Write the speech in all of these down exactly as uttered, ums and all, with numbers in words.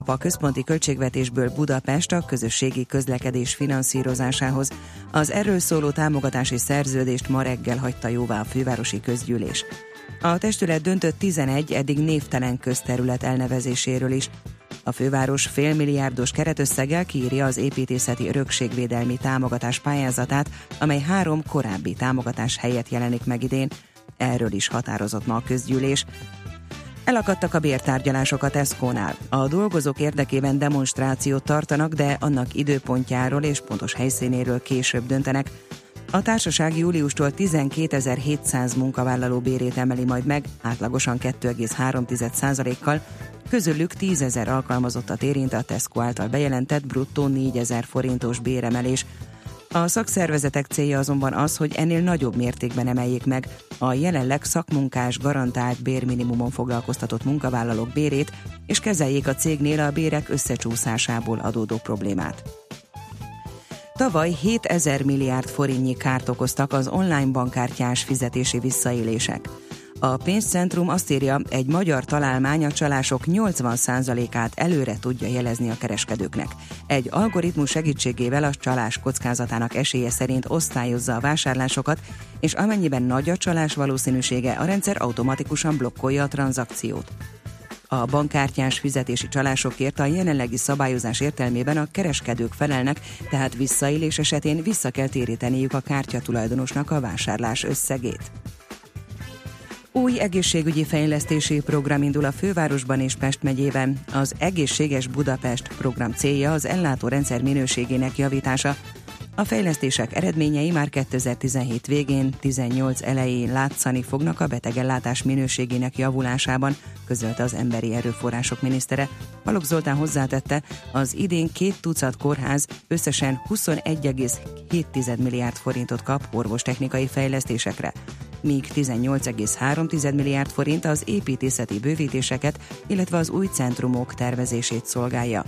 A központi költségvetésből Budapest a közösségi közlekedés finanszírozásához. Az erről szóló támogatási szerződést ma reggel hagyta jóvá a fővárosi közgyűlés. A testület döntött tizenegy eddig névtelen közterület elnevezéséről is. A főváros félmilliárdos keretösszeggel kiírja az építészeti örökségvédelmi támogatás pályázatát, amely három korábbi támogatás helyett jelenik meg idén. Erről is határozott ma a közgyűlés. Elakadtak a bértárgyalások a Tesco-nál. A dolgozók érdekében demonstrációt tartanak, de annak időpontjáról és pontos helyszínéről később döntenek. A társaság júliustól tizenkétezer-hétszáz munkavállaló bérét emeli majd meg, átlagosan kettő egész három százalékkal, közülük tízezer alkalmazottat érint a Tesco által bejelentett bruttó négyezer forintos béremelés. A szakszervezetek célja azonban az, hogy ennél nagyobb mértékben emeljék meg a jelenleg szakmunkás garantált bérminimumon foglalkoztatott munkavállalók bérét, és kezeljék a cégnél a bérek összecsúszásából adódó problémát. Tavaly hétezer milliárd forintnyi kárt okoztak az online bankkártyás fizetési visszaélések. A pénzcentrum azt írja, egy magyar találmány a csalások nyolcvan százalékát előre tudja jelezni a kereskedőknek. Egy algoritmus segítségével a csalás kockázatának esélye szerint osztályozza a vásárlásokat, és amennyiben nagy a csalás valószínűsége, a rendszer automatikusan blokkolja a tranzakciót. A bankkártyás fizetési csalásokért a jelenlegi szabályozás értelmében a kereskedők felelnek, tehát visszaélés esetén vissza kell téríteniük a kártya tulajdonosnak a vásárlás összegét. Új egészségügyi fejlesztési program indul a fővárosban és Pest megyében. Az Egészséges Budapest program célja az ellátórendszer minőségének javítása. A fejlesztések eredményei már kétezer-tizenhét végén, tizennyolc elején látszani fognak a betegellátás minőségének javulásában, közölte az Emberi Erőforrások minisztere. Balogh Zoltán hozzátette, az idén két tucat kórház összesen huszonegy egész hét milliárd forintot kap orvostechnikai fejlesztésekre, míg tizennyolc egész három milliárd forint az építészeti bővítéseket, illetve az új centrumok tervezését szolgálja.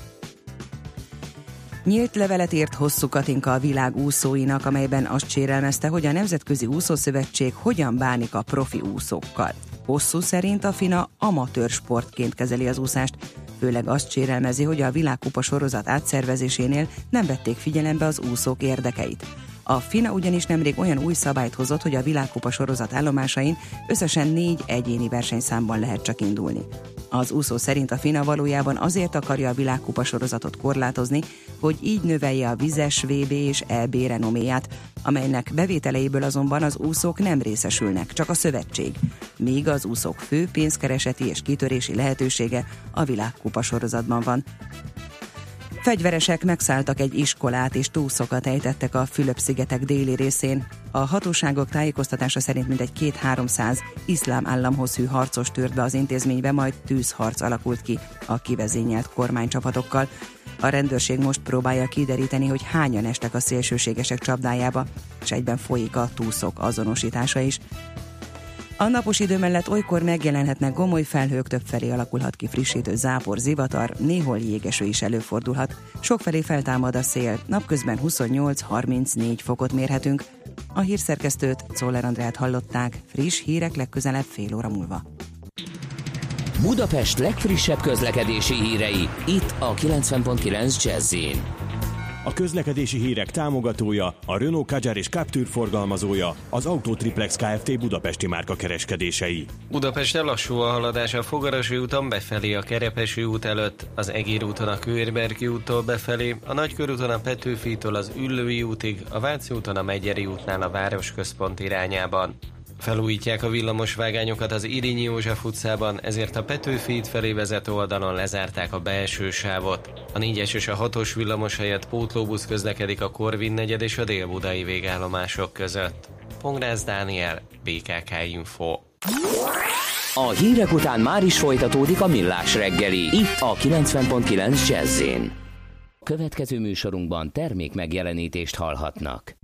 Nyílt levelet írt Hosszú Katinka a világ úszóinak, amelyben azt sérelmezte, hogy a Nemzetközi Úszószövetség hogyan bánik a profi úszókkal. Hosszú szerint a FINA amatőr sportként kezeli az úszást, főleg azt sérelmezi, hogy a világkupa sorozat átszervezésénél nem vették figyelembe az úszók érdekeit. A FINA ugyanis nemrég olyan új szabályt hozott, hogy a világkupa sorozat állomásain összesen négy egyéni versenyszámban lehet csak indulni. Az úszó szerint a FINA valójában azért akarja a világkupa sorozatot korlátozni, hogy így növelje a vizes vé bé és é bé renoméját, amelynek bevételeiből azonban az úszók nem részesülnek, csak a szövetség, míg az úszók fő pénzkereseti és kitörési lehetősége a világkupa sorozatban van. Fegyveresek megszálltak egy iskolát és túszokat ejtettek a Fülöp-szigetek déli részén. A hatóságok tájékoztatása szerint mintegy két-háromszáz iszlám államhoz hű harcos tört be az intézménybe, majd tűzharc alakult ki a kivezényelt kormánycsapatokkal. A rendőrség most próbálja kideríteni, hogy hányan estek a szélsőségesek csapdájába, és egyben folyik a túszok azonosítása is. A napos idő mellett olykor megjelenhetnek gomoly felhők, többfelé alakulhat ki frissítő zápor, zivatar, néhol jégeső is előfordulhat. Sokfelé feltámad a szél, napközben huszonnyolc-harmincnégy fokot mérhetünk. A hírszerkesztőt, Czoller Andrát hallották, friss hírek legközelebb fél óra múlva. Budapest legfrissebb közlekedési hírei, itt a kilencven pont kilenc Jazz-in. A közlekedési hírek támogatója, a Renault Kadjar és Captur forgalmazója, az Autotriplex Kft. Budapesti márka kereskedései. Budapesten lassú a haladás a Fogarasi úton befelé a Kerepesi út előtt, az Egér úton a Kőérberki úttól befelé, a Nagykörúton a Petőfitől az Üllői útig, a Váci úton a Megyeri útnál a Városközpont irányában. Felújítják a villamosvágányokat az Irényi József utcában, ezért a Petőfi híd felé vezető oldalon lezárták a belső sávot. A négyes és a hatos villamos helyett pótlóbusz közlekedik a Korvin negyed és a délbudai végállomások között. Pongrász Dániel, bé ká ká Info. A hírek után már is folytatódik a Millás reggeli, itt a kilencven pont kilenc Jazz-in. Következő műsorunkban termék megjelenítést hallhatnak.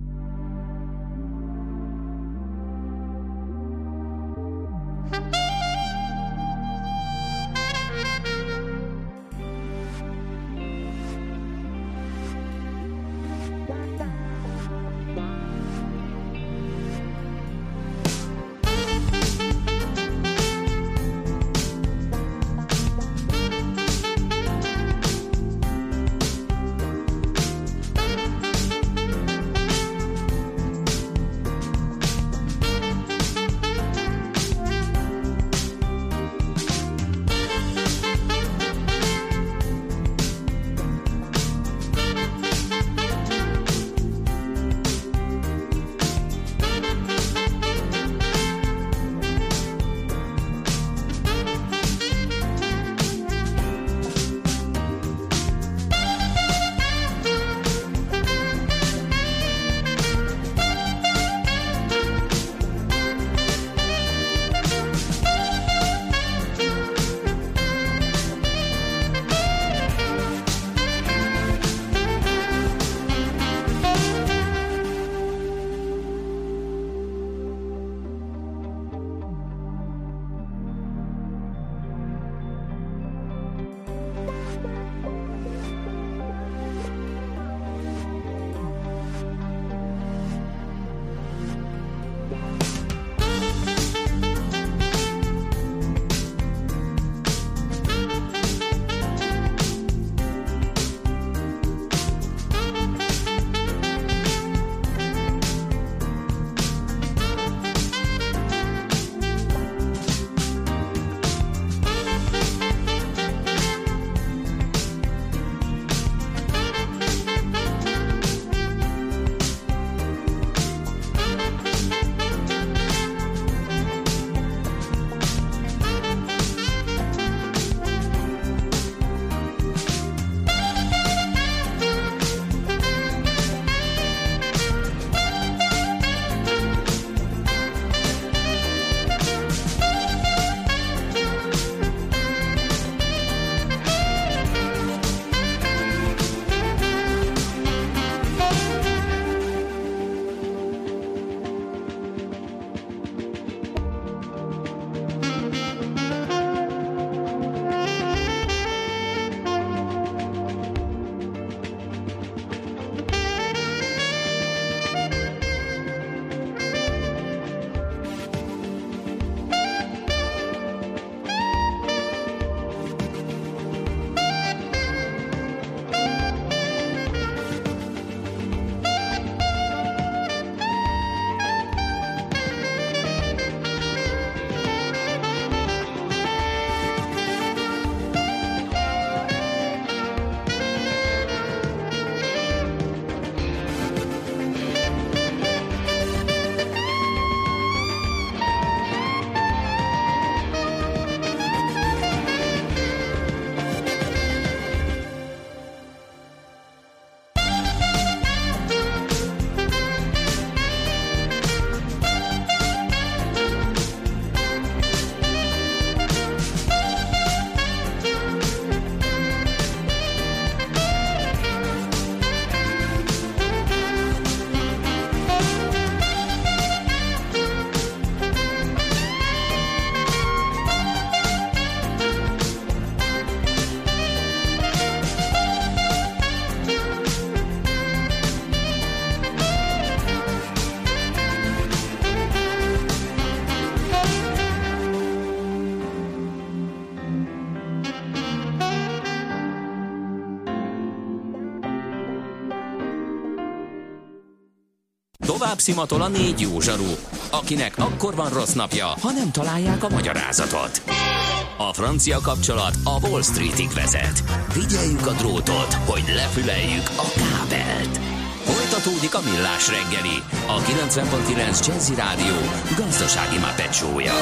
Tovább szimatol a négy jó zsaru, akinek akkor van rossz napja, ha nem találják a magyarázatot. A francia kapcsolat a Wall Streetig vezet. Figyeljük a drótot, hogy lefüleljük a kábelt. Folytatódik a Millás reggeli, a kilencven pont kilenc Jazzy Rádió gazdasági Muppet show-ja.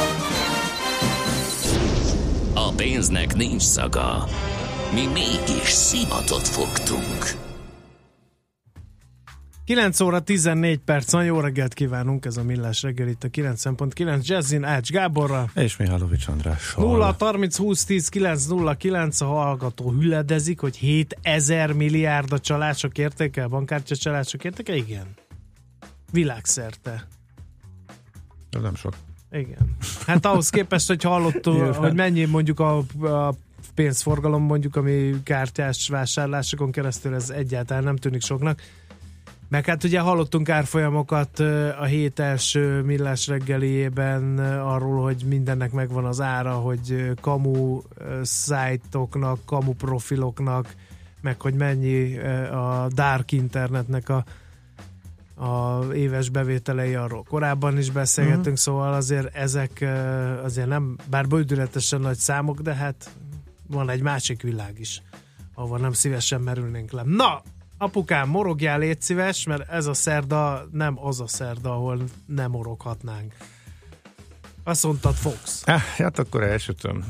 A pénznek nincs szaga. Mi mégis szimatot fogtunk. kilenc óra tizennégy perc, nagyon jó reggelt kívánunk, ez a Millás reggel itt a kilencven pont kilenc Jazzin, Ács Gáborral. És Mihálovics Andrással. nulla harminc húsz tíz kilenc nulla kilenc, a hallgató hüledezik, hogy hétezer milliárd a csalások értéke, a bankkártya csalások értéke, igen. Világszerte. Ez nem sok. Igen. Hát ahhoz képest, hogy hallottuk, hogy mennyi mondjuk a, a pénzforgalom, mondjuk, ami kártyás vásárlásokon keresztül, ez egyáltalán nem tűnik soknak. Meg hát ugye hallottunk árfolyamokat a hét első Millás reggeliében arról, hogy mindennek megvan az ára, hogy kamu szájtoknak, kamu profiloknak, meg hogy mennyi a dark internetnek a, a éves bevételei, arról korábban is beszélgettünk, uh-huh. Szóval azért ezek azért nem, bár bődületesen nagy számok, de hát van egy másik világ is, ahol nem szívesen merülnénk le. Na! Apukám, morogjál, légy szíves, mert ez a szerda nem az a szerda, ahol nem moroghatnánk. Azt mondtad, Fox. Ah, hát akkor elsütöm.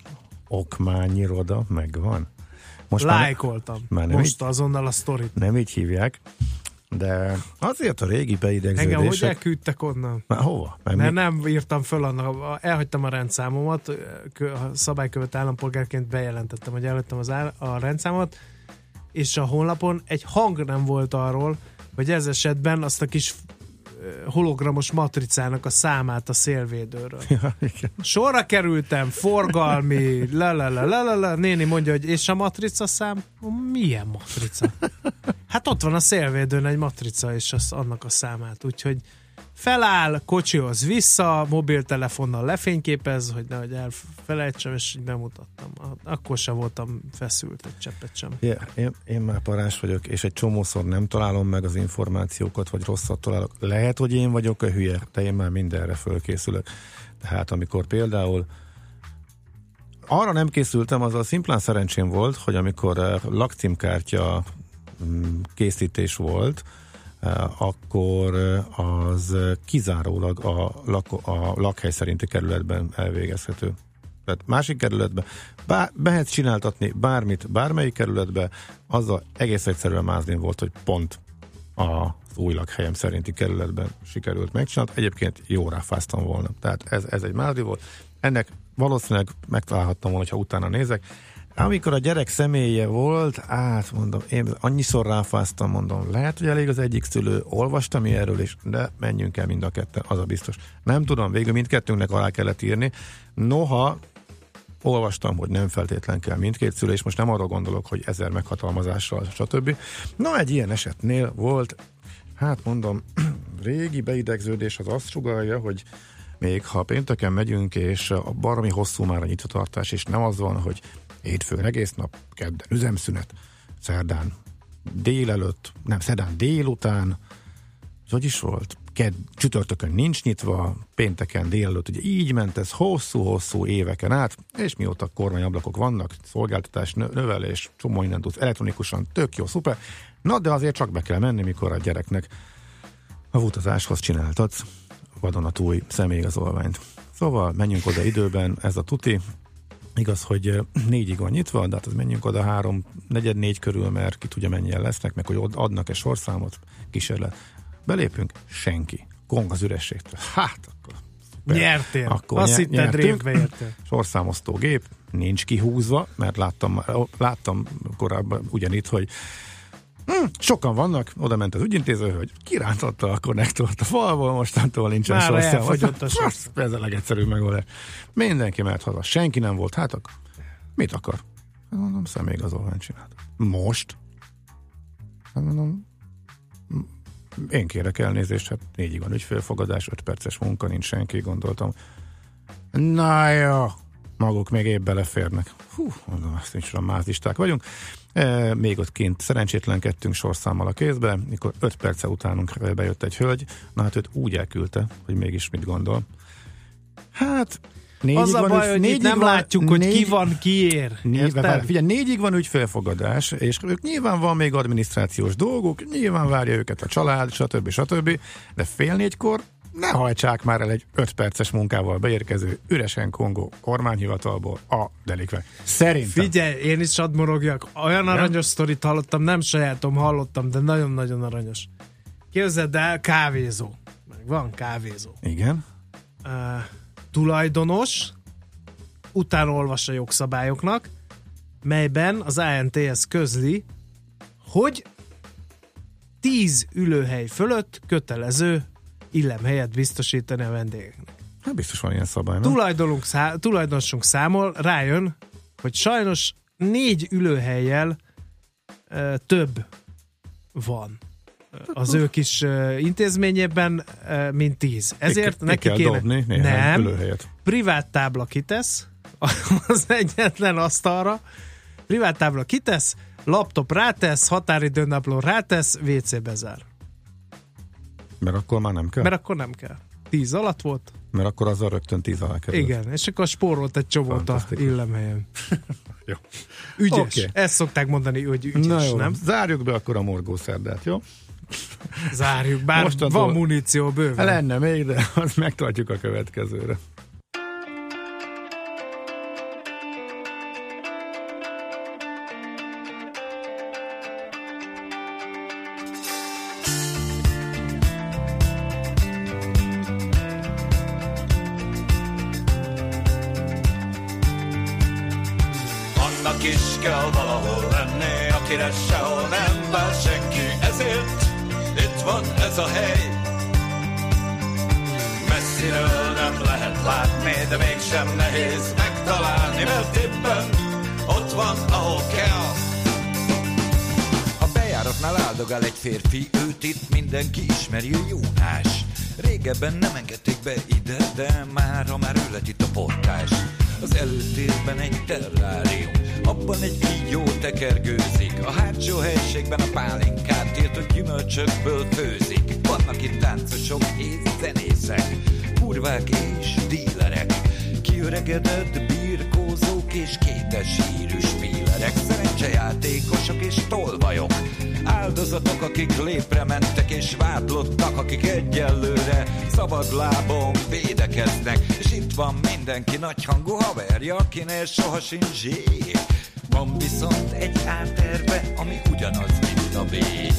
Okmányiroda megvan. Most lájkoltam. Már nem most így, azonnal a sztorit. Nem így hívják, de azért a régi beidegződések... Engem hogy elküldtek onnan? Már hova? Mert, mert nem írtam föl annak, elhagytam a rendszámomat, a szabálykövet állampolgárként bejelentettem, hogy elhagytam az áll, a rendszámot, és a honlapon egy hang nem volt arról, hogy ez esetben azt a kis hologramos matricának a számát a szélvédőről. Ja, igen. Sorra kerültem, forgalmi, lelelelelele, néni mondja, hogy és a matrica szám? Milyen matrica? Hát ott van a szélvédőn egy matrica, és az annak a számát, úgyhogy feláll, kocsihoz vissza, mobiltelefonnal lefényképez, hogy nehogy elfelejtsem, és így bemutattam. Akkor sem voltam feszült egy cseppet sem. Yeah, én, én már parás vagyok, és egy csomószor nem találom meg az információkat, vagy rosszat találok. Lehet, hogy én vagyok a hülye, de én már mindenre fölkészülök. Tehát amikor például arra nem készültem, az a szimplán szerencsém volt, hogy amikor lakcímkártya készítés volt, akkor az kizárólag a, lako, a lakhely szerinti kerületben elvégezhető. Tehát másik kerületben bár, behetsz csináltatni bármit, bármelyik kerületben, azzal egész egyszerűen mázném volt, hogy pont az új lakhelyem szerinti kerületben sikerült megcsinálni. Egyébként jó ráfáztam volna. Tehát ez, ez egy mázni volt. Ennek valószínűleg megtalálhattam volna, ha utána nézek. Amikor a gyerek személye volt, át mondom, én annyiszor ráfáztam, mondom, lehet, hogy elég az egyik szülő, olvastam ilyenről is, de menjünk el mind a ketten, az a biztos. Nem tudom, végül mindkettőnknek alá kellett írni. Noha olvastam, hogy nem feltétlen kell mindkét szülő, és most nem arra gondolok, hogy ezer meghatalmazással, stb. No, egy ilyen esetnél volt, hát mondom, régi beidegződés az azt sugallja, hogy még ha pénteken megyünk, és a baromi hosszú már a nyitvatartás, és nem az van, hogy hétfőn egész nap, kedden üzemszünet, szerdán délelőtt, nem, szerdán délután, hogy is volt? Kedd, csütörtökön nincs nyitva, pénteken délelőtt, ugye így ment ez hosszú-hosszú éveken át, és mióta kormányablakok vannak, szolgáltatás, növelés, csomó innen tudsz elektronikusan, tök jó, szuper. Na, de azért csak be kell menni, mikor a gyereknek a utazáshoz csináltatsz vadonatúj személyigazolványt. Szóval menjünk oda időben, ez a tuti. Igaz, hogy négyig van nyitva, de hát az menjünk oda három, negyed négy körül, mert ki tudja mennyien lesznek, meg hogy adnak-e sorszámot, kísérlet. Belépünk, senki. Gong az ürességtől. Hát akkor... Szuper. Nyertél. Akkor azt nyer, hitted révbe értél. Sorszámosztó gép, nincs kihúzva, mert láttam, láttam korábban ugyanitt, hogy hm, sokan vannak, oda ment az ügyintéző, hogy kirántotta a konnektort a falból, mostantól nincsen már sorszám. elfogyott a sorszám. Ez a legegyszerűbb megoldás. Mindenki mehet haza, senki nem volt, hát akkor mit akar? Hát mondom, személyigazolványt csinált. Most? Hát mondom, én kérek elnézést, hát négyig van ügyfélfogadás, öt perces munka, nincs senki, gondoltam. Na jó, maguk még épp beleférnek. Hú, mondom, azt nincs olyan mázlisták vagyunk. E, még ott kint szerencsétlenkedtünk sorszámmal a kézbe, mikor öt perce utánunk bejött egy hölgy, na hát őt úgy elküldte, hogy mégis mit gondol. Hát az a baj, ügy, hogy itt nem van, látjuk, hogy négy, ki van, kiér. Négy, figyelj, négyig van ügyfélfogadás, és ők nyilván van még adminisztrációs dolguk, nyilván várja őket a család, stb. stb. De fél négykor ne hajtsák már el egy öt perces munkával beérkező üresen kongó kormányhivatalból a delikve. Szerintem. Figyelj, én is hadd morogjak. Olyan aranyos sztorit hallottam, nem sajátom, hallottam, de nagyon-nagyon aranyos. Képzeld el, kávézó. Meg van kávézó. Igen. Uh, tulajdonos utána olvas a jogszabályoknak, melyben az á en té es közli, hogy tíz ülőhely fölött kötelező illemhelyet biztosítani a vendégeknek. Hát biztos van ilyen szabály, nem? Tulajdonunk szá- tulajdonosunk számol, rájön, hogy sajnos négy ülőhellyel e, több van az ő kis e, intézményében, e, mint tíz. Ezért ki, neki ki kell kéne... Nem, ülőhelyet. Privát tábla kitesz az egyetlen asztalra, privát tábla kitesz, laptop rátesz, határidőnapló rátesz, vé cé bezár. Mert akkor már nem kell? Mert akkor nem kell. Tíz alatt volt. Mert akkor azzal rögtön tíz alá került. Igen, és akkor spórolt egy csomót a illemhelyen. Jó. Ügyes. Okay. Ezt szokták mondani, hogy ügyes, na jó, nem? Zárjuk be akkor a morgószerdát, jó? Zárjuk, bár mostantól van muníció bőven. Lenne még, de azt megtartjuk a következőre. Is kell valahol lenni, akire sehol nem vár senki, ezért itt van ez a hely. Messziről nem lehet látni, de mégsem nehéz megtalálni, mert éppen ott van, ahol kell. A bejáratnál áldogál egy férfi, őt itt mindenki ismeri, Jónás. Régebben nem engedték be ide, de mára már ő lett itt a portás. Az előtérben egy terrárium, abban egy kígyó tekergőzik. A hátsó helységben a pálinkát tiltott gyümölcsökből főzik. Vannak itt táncosok és zenészek, kurvák és dílerek, kiöregedett birkózók és kétes hírű spílerek, szerencsejátékosok és tolvajok, áldozatok, akik lépre mentek, és vádlottak, akik egyelőre szabadlábon védekeznek. És itt van mindenki nagyhangú haverja, akinél soha sincs zsé. Van viszont egy A-terve, ami ugyanaz, mint a B.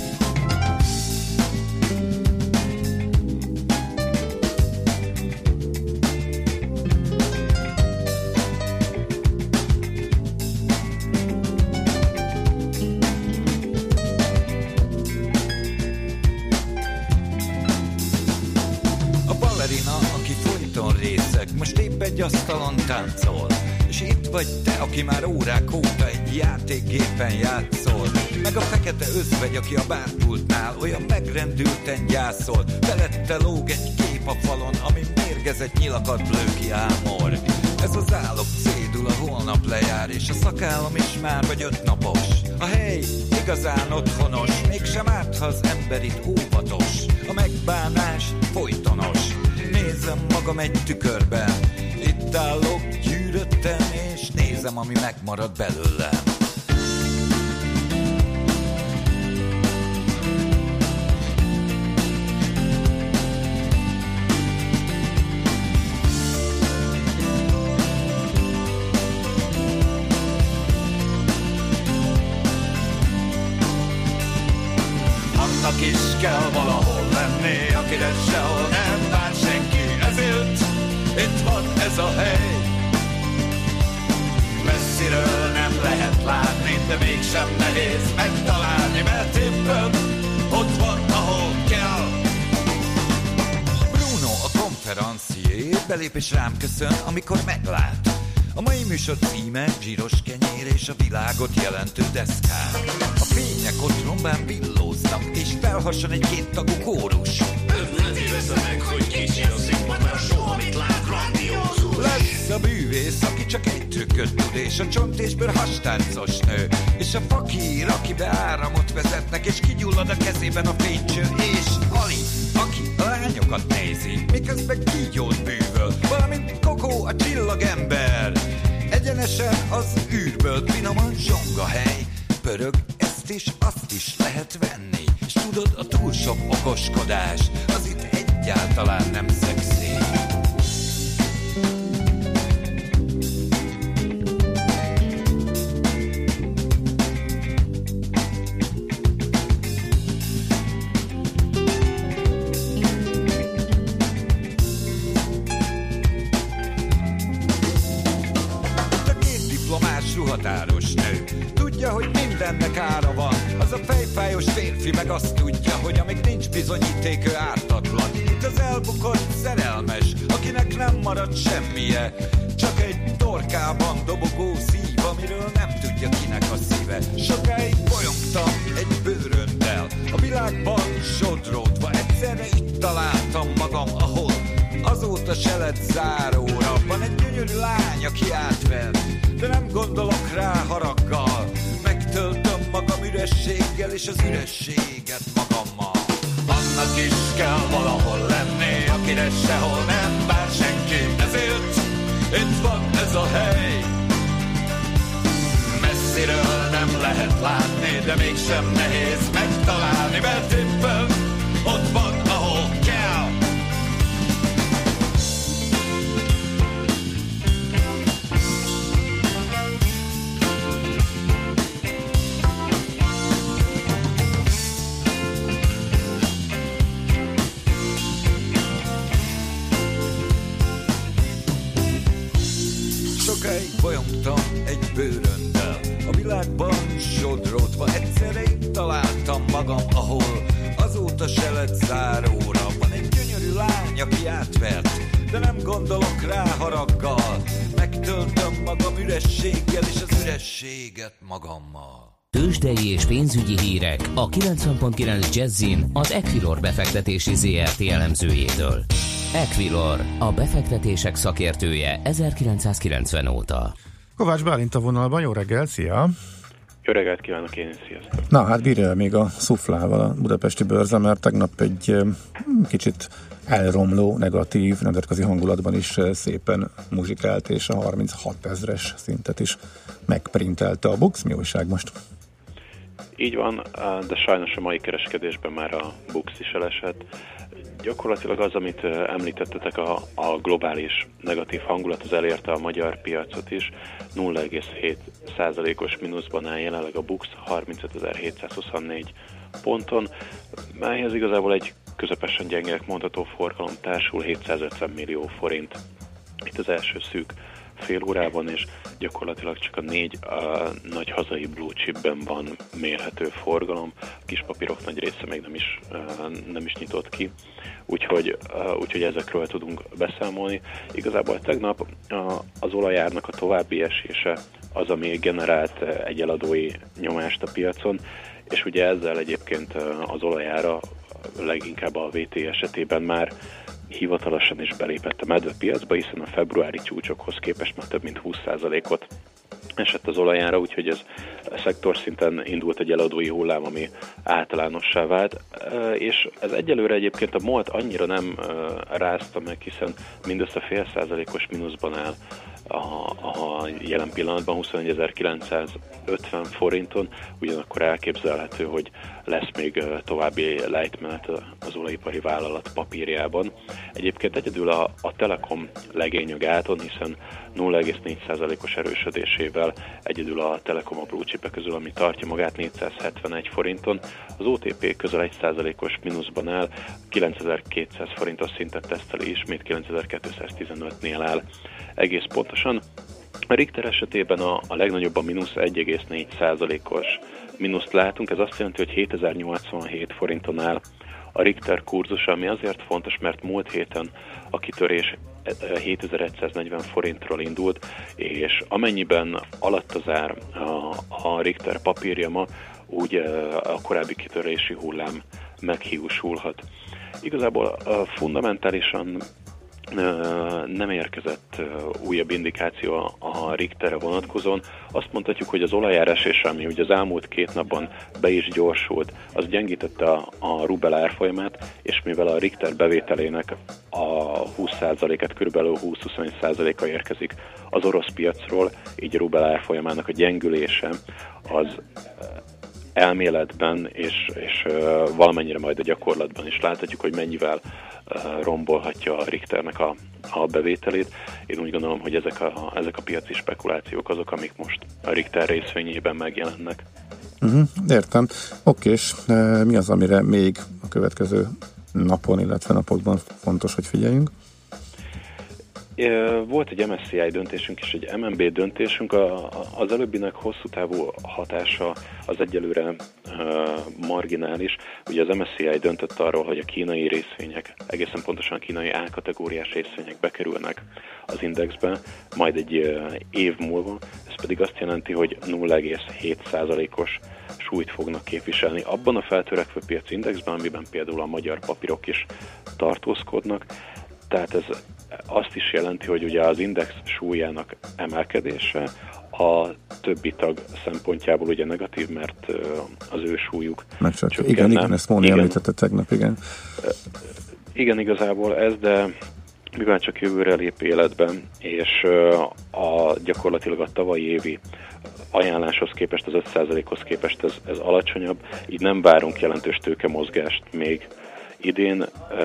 Most épp egy asztalon táncol, és itt vagy te, aki már órák óta egy játékgépen játszol. Meg a fekete özvegy, aki a bárpultnál olyan megrendülten gyászol. Felette lóg egy kép a falon, ami mérgezett nyilakat lő ki ámor. Ez az állok cédula holnap lejár, és a szakállam is már vagy öt napos. A hely igazán otthonos, mégsem árt, ha az ember itt óvatos. A megbánás folytonos. Nézem magam egy tükörben, itt állok gyűrötten, és nézem, ami megmarad belőlem. Annak is kell valahol lenni, akire sehol nem vár senki, ezért itt van ez a hely. Messziről nem lehet látni, de mégsem nehéz megtalálni, mert éppen ott van, ahol kell. Bruno, a konferencié, belép és rám köszön, amikor meglát. A mai műsor címe zsíros kenyér és a világot jelentő deszkák. A fények ott rombán villóznak, és felhasson egy kéttagú kórus. Ön ne tévezze meg, hogy kicsi a színpad, mert soha mit lát grandiózus. Lesz a bűvész, aki csak egy trükköt tud, és a csontésből hastáncos nő, és a fakír, akibe áramot vezetnek, és kigyullad a kezében a fénycső, és Ali, aki a lányokat nézi, miközben kígyót bűvöl, valamint Kokó a csillagember. Egyenesen az űrből finoman zsongahely, pörög, ezt is, azt is lehet venni, és tudod, a túl sok okoskodás, az itt egyáltalán nem szexi. Határos nő tudja, hogy mindennek ára van. Az a fejfájos férfi meg azt tudja, hogy amíg nincs bizonyíték, ő ártatlan. Itt az elbukott szerelmes, akinek nem marad semmije, csak egy torkában dobogó szív, amiről nem tudja, kinek a szíve. Sokáig bolyongtam egy bőröndel, a világban sodródva, egyszerre itt találtam magam, ahol azóta se lett záróra. Van egy gyönyörű lány, aki átver, de nem gondolok rá haraggal. Megtöltöm magam ürességgel, és az ürességet magammal. Annak is kell valahol lenni, akire sehol nem vár senki, ezért itt van ez a hely. Messziről nem lehet látni, de mégsem nehéz megtalálni, mert éppen ott van, ahol kell. Sokáig bolyongtam egy bőröndel, a világban sodródva, egyszerre itt találtam magam, ahol azóta se lett záróra. Van egy gyönyörű lány, aki átvert, de nem gondolok rá haraggal. Megtöltöm magam ürességgel, és az ürességet magammal. Tőzsdei és pénzügyi hírek a kilencven pont kilenc Jazzin az Equilor befektetési zé er té elemzőjétől. Equilor, a befektetések szakértője ezerkilencszázkilencven óta. Kovács Bálint a vonalban, jó reggel, szia! Jó reggelt kívánok én, sziasztok! Na hát bírja még a szuflával a budapesti bőrze, mert tegnap egy kicsit elromló, negatív, nemzetközi hangulatban is szépen muzsikált, és a harminchat ezres szintet is megprintelte a Bux. Mi újság most? Így van, de sajnos a mai kereskedésben már a Bux is elesett. Gyakorlatilag az, amit említettetek, a, a globális negatív hangulat, az elérte a magyar piacot is. nulla egész hét százalékos mínuszban áll jelenleg a Bux harmincötezer-hétszázhuszonnégy ponton, melyhez igazából egy közepesen gyengének mondható forgalom társul, hétszázötven millió forint. Itt az első szűk fél órában, és gyakorlatilag csak a négy a nagy hazai blue chipben van mérhető forgalom. A kis papírok nagy része még nem is, nem is nyitott ki, úgyhogy, úgyhogy ezekről tudunk beszámolni. Igazából tegnap az olajárnak a további esése az, ami generált egy eladói nyomást a piacon, és ugye ezzel egyébként az olajára leginkább a vé té esetében már hivatalosan is belépett a medvepiacba, hiszen a februári csúcsokhoz képest már több mint húsz százalékot esett az olajára, úgyhogy ez szektor szinten indult egy eladói hullám, ami általánossá vált, és ez egyelőre egyébként a MOL-t annyira nem rázta meg, hiszen mindössze fél százalékos mínuszban áll a, a jelen pillanatban huszonegyezer-kilencszázötven forinton, ugyanakkor elképzelhető, hogy lesz még további lejtmenet az olajipari vállalat papírjában. Egyébként egyedül a, a Telekom legény a gáton, hiszen nulla egész négy százalékos erősödésével egyedül a Telekom a blue chipek közül, ami tartja magát négyszázhetvenegy forinton. Az o té pé közel egy százalékos mínuszban áll, kilencezer-kétszáz forintos szintet teszteli, ismét kilencezer-kétszáztizenötnél áll. Egész pontosan. A Richter esetében a, a legnagyobb a mínusz egy egész négy százalékos mínuszt látunk, ez azt jelenti, hogy hétezer-nyolcvanhét forinton áll a Richter kurzusa, ami azért fontos, mert múlt héten a kitörés hétezer-száznegyven forintról indult, és amennyiben alatt az ár a, a Richter papírja ma, úgy a korábbi kitörési hullám meghiúsulhat. Igazából fundamentálisan nem érkezett újabb indikáció a Richterre vonatkozóan. Azt mondhatjuk, hogy az olajárás, ami ugye az elmúlt két napban be is gyorsult, az gyengítette a, a rubel árfolyamát, és mivel a Richter bevételének a húsz százalékát, körülbelül húsz-huszonegy százaléka érkezik az orosz piacról, így a rubel árfolyamának a gyengülése az elméletben és, és valamennyire majd a gyakorlatban is láthatjuk, hogy mennyivel rombolhatja a Richternek a, a bevételét. Én úgy gondolom, hogy ezek a, ezek a piaci spekulációk azok, amik most a Richter részvényében megjelennek. Uh-huh, értem. Oké, és e, mi az, amire még a következő napon, illetve napokban fontos, hogy figyeljünk? Volt egy em es cé i döntésünk és egy em en bé döntésünk, a, az előbbinek hosszú távú hatása az egyelőre uh, marginális. Ugye az em es cé i döntött arról, hogy a kínai részvények, egészen pontosan a kínai A-kategóriás részvények bekerülnek az indexbe, majd egy uh, év múlva. Ez pedig azt jelenti, hogy nulla egész hét százalékos súlyt fognak képviselni abban a feltörekvő piaci indexben, amiben például a magyar papírok is tartózkodnak. Tehát ez azt is jelenti, hogy ugye az index súlyának emelkedése a többi tag szempontjából ugye negatív, mert az ő súlyuk csökkenne. Igen, igen, ezt Móni említette tegnap, igen. Igen, igazából ez, de mivel csak jövőre lép életben, és a, gyakorlatilag a tavalyi évi ajánláshoz képest, az öt százalékhoz képest ez, ez alacsonyabb, így nem várunk jelentős tőkemozgást még idén,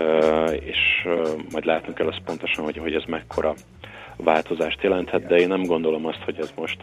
és majd látnunk kell azt pontosan, hogy, hogy ez mekkora változást jelenthet, de én nem gondolom azt, hogy ez most,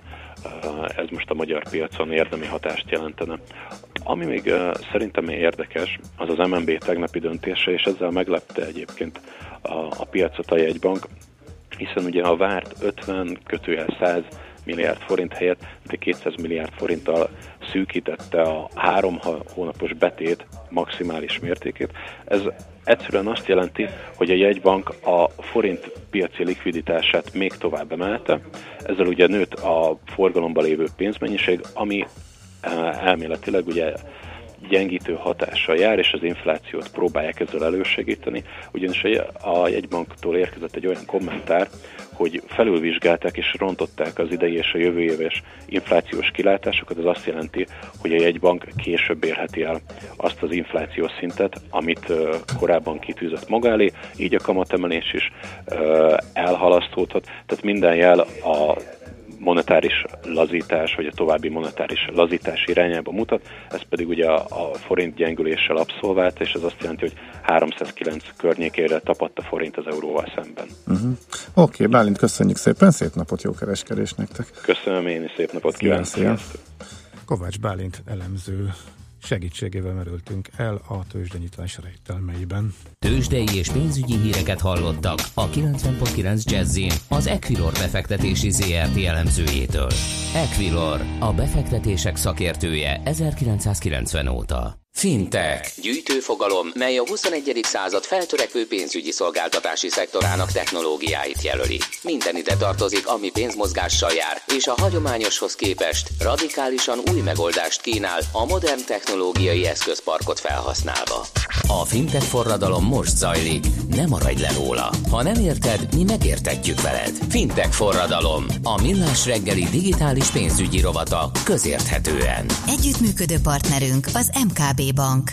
ez most a magyar piacon érdemi hatást jelentene. Ami még szerintem érdekes, az az em en bé tegnapi döntése, és ezzel meglepte egyébként a, a piacot a jegybank, hiszen ugye a várt ötven kötőjel száz milliárd forint helyett kétszáz milliárd forinttal szűkítette a három hónapos betét maximális mértékét. Ez egyszerűen azt jelenti, hogy a jegybank a forint piaci likviditását még tovább emelte. Ezzel ugye nőtt a forgalomban lévő pénzmennyiség, ami elméletileg ugye gyengítő hatással jár, és az inflációt próbálják ezzel elősegíteni, ugyanis a jegybanktól érkezett egy olyan kommentár, hogy felülvizsgálták és rontották az idei és a jövő éves inflációs kilátásokat. Ez azt jelenti, hogy a jegybank később érheti el azt az inflációs szintet, amit korábban kitűzött maga elé, így a kamatemelés is elhalasztódhat. Tehát minden jel a monetáris lazítás, vagy a további monetáris lazítás irányába mutat, ez pedig ugye a, a forint gyengüléssel abszolvált, és ez azt jelenti, hogy háromszázkilenc környékére tapadt a forint az euróval szemben. Uh-huh. Oké, okay, Bálint, köszönjük szépen, szép napot, jó kereskedést nektek! Köszönöm én is, szép napot kívánok! Sziasztok! Kovács Bálint elemző segítségével merültünk el a tőzsdenyítás rejtelmeiben. Tőzsdei és pénzügyi híreket hallottak a kilencven pont kilenc Jazzin az Equilor befektetési zé er té elemzőjétől. Equilor, a befektetések szakértője ezerkilencszázkilencven óta. Fintech. Gyűjtőfogalom, mely a huszonegyedik század feltörekvő pénzügyi szolgáltatási szektorának technológiáit jelöli. Minden ide tartozik, ami pénzmozgással jár, és a hagyományoshoz képest radikálisan új megoldást kínál a modern technológiai eszközparkot felhasználva. A fintech forradalom most zajlik, ne maradj le róla. Ha nem érted, mi megértetjük veled. Fintech forradalom, a millás reggeli digitális pénzügyi rovata közérthetően. Együttműködő partnerünk az em ká bé Bank.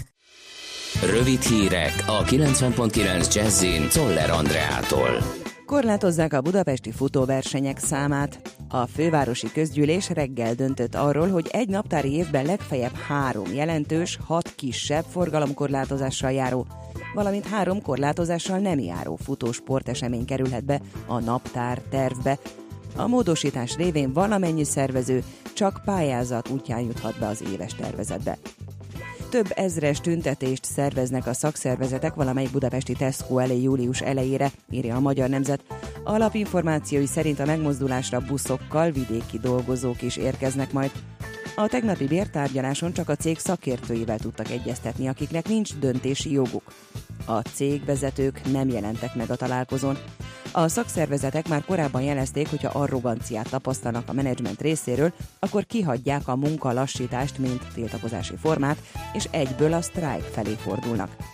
Rövid hírek a kilencven pont kilenc Jazzin Czoller Andreától. Korlátozzák a budapesti futóversenyek számát. A fővárosi közgyűlés reggel döntött arról, hogy egy naptári évben legfeljebb három jelentős, hat kisebb forgalomkorlátozással járó, valamint három korlátozással nem járó futósportesemény kerülhet be a naptár tervbe. A módosítás révén valamennyi szervező csak pályázat útján juthat be az éves tervezetbe. Több ezres tüntetést szerveznek a szakszervezetek valamelyik budapesti Tesco elé július elejére, írja a Magyar Nemzet. Alapinformációi szerint a megmozdulásra buszokkal vidéki dolgozók is érkeznek majd. A tegnapi bértárgyaláson csak a cég szakértőivel tudtak egyeztetni, akiknek nincs döntési joguk. A cégvezetők nem jelentek meg a találkozón. A szakszervezetek már korábban jelezték, hogyha arroganciát tapasztalnak a menedzsment részéről, akkor kihagyják a munkalassítást, mint tiltakozási formát, és egyből a sztrájk felé fordulnak.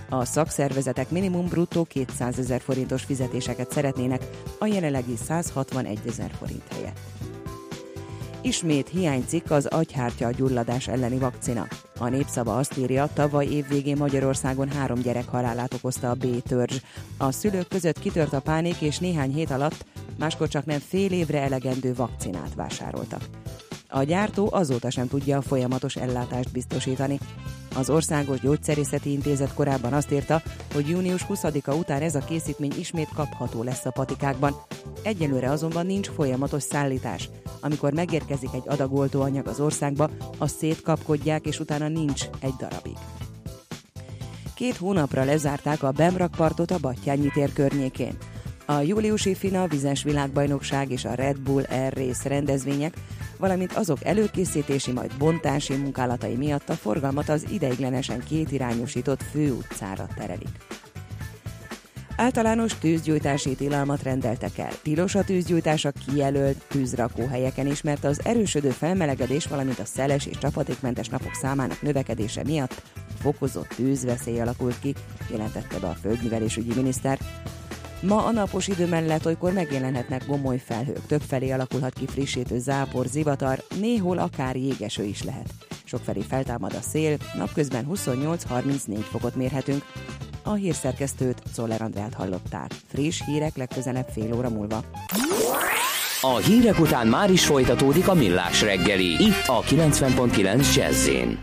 A szakszervezetek minimum bruttó kétszázezer forintos fizetéseket szeretnének a jelenlegi százhatvanegyezer forint helyett. Ismét hiányzik az agyhártya gyulladás elleni vakcina. A Népszava azt írja, tavaly év végén Magyarországon három gyerek halálát okozta a B-törzs. A szülők között kitört a pánik, és néhány hét alatt máskor csak nem fél évre elegendő vakcinát vásároltak. A gyártó azóta sem tudja a folyamatos ellátást biztosítani. Az Országos Gyógyszerészeti Intézet korábban azt írta, hogy június huszadika után ez a készítmény ismét kapható lesz a patikákban. Egyelőre azonban nincs folyamatos szállítás. Amikor megérkezik egy adag oltóanyag az országba, azt szétkapkodják, és utána nincs egy darabig. Két hónapra lezárták a Bemrakpartot a Battyányi tér környékén. A júliusi FINA vizes világbajnokság és a Red Bull Air Race rendezvények, valamint azok előkészítési, majd bontási munkálatai miatt a forgalmat az ideiglenesen kétirányosított főutcára terelik. Általános tűzgyújtási tilalmat rendeltek el. Tilos a tűzgyújtás a kijelölt tűzrakóhelyeken is, mert az erősödő felmelegedés, valamint a szeles és csapadékmentes napok számának növekedése miatt fokozott tűzveszély alakult ki, jelentette be a földművelésügyi miniszter. Ma a napos idő mellett olykor megjelenhetnek gomoly felhők, többfelé alakulhat ki frissítő zápor, zivatar, néhol akár jégeső is lehet. Sokfelé feltámad a szél, napközben huszonnyolc-harmincnégy fokot mérhetünk. A hírszerkesztőt, Czoller Andrát hallották. Friss hírek legközelebb fél óra múlva. A hírek után már is folytatódik a Millás reggeli, itt a kilencven pont kilenc Jazz-én.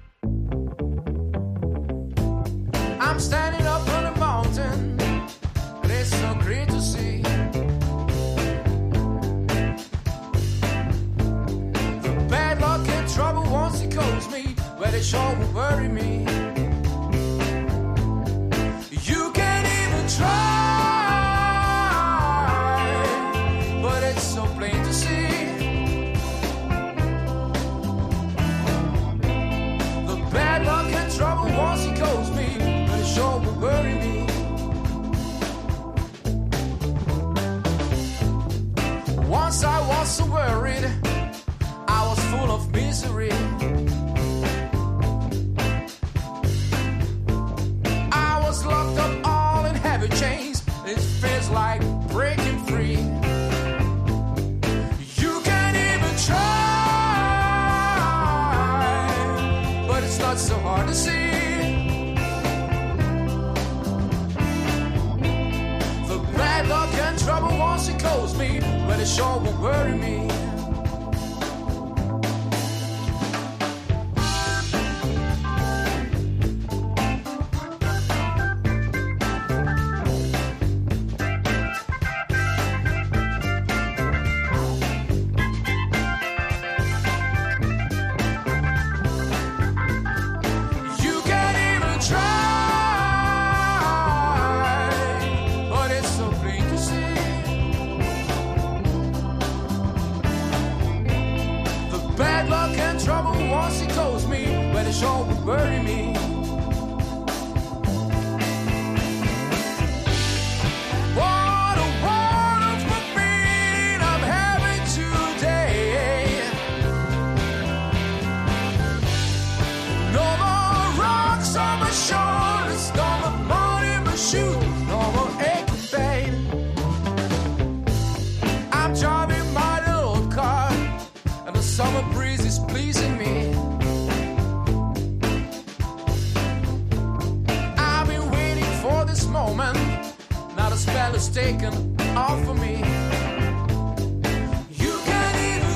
I'm standing up on a mountain, and it's so great to see. The bad luck and trouble once it calls me, where they sure will worry me. You can't even try, but it's so plain to see. The bad luck and trouble once it calls me, but it sure will worry me. Once I was so worried, I was full of misery. I was locked up all in heavy chains. It feels like breaking free. You can't even try, but it's not so hard to see. The bad luck and trouble once it calls me, but it sure won't worry me. Sure will worry me. What a wonderful feeling I'm having today. No more rocks on my shoulders, no more money in my shoes, no more aching pain. I'm driving my little car, and the summer breeze is pleasing me. Moment, now the spell is taken off of me. You can't even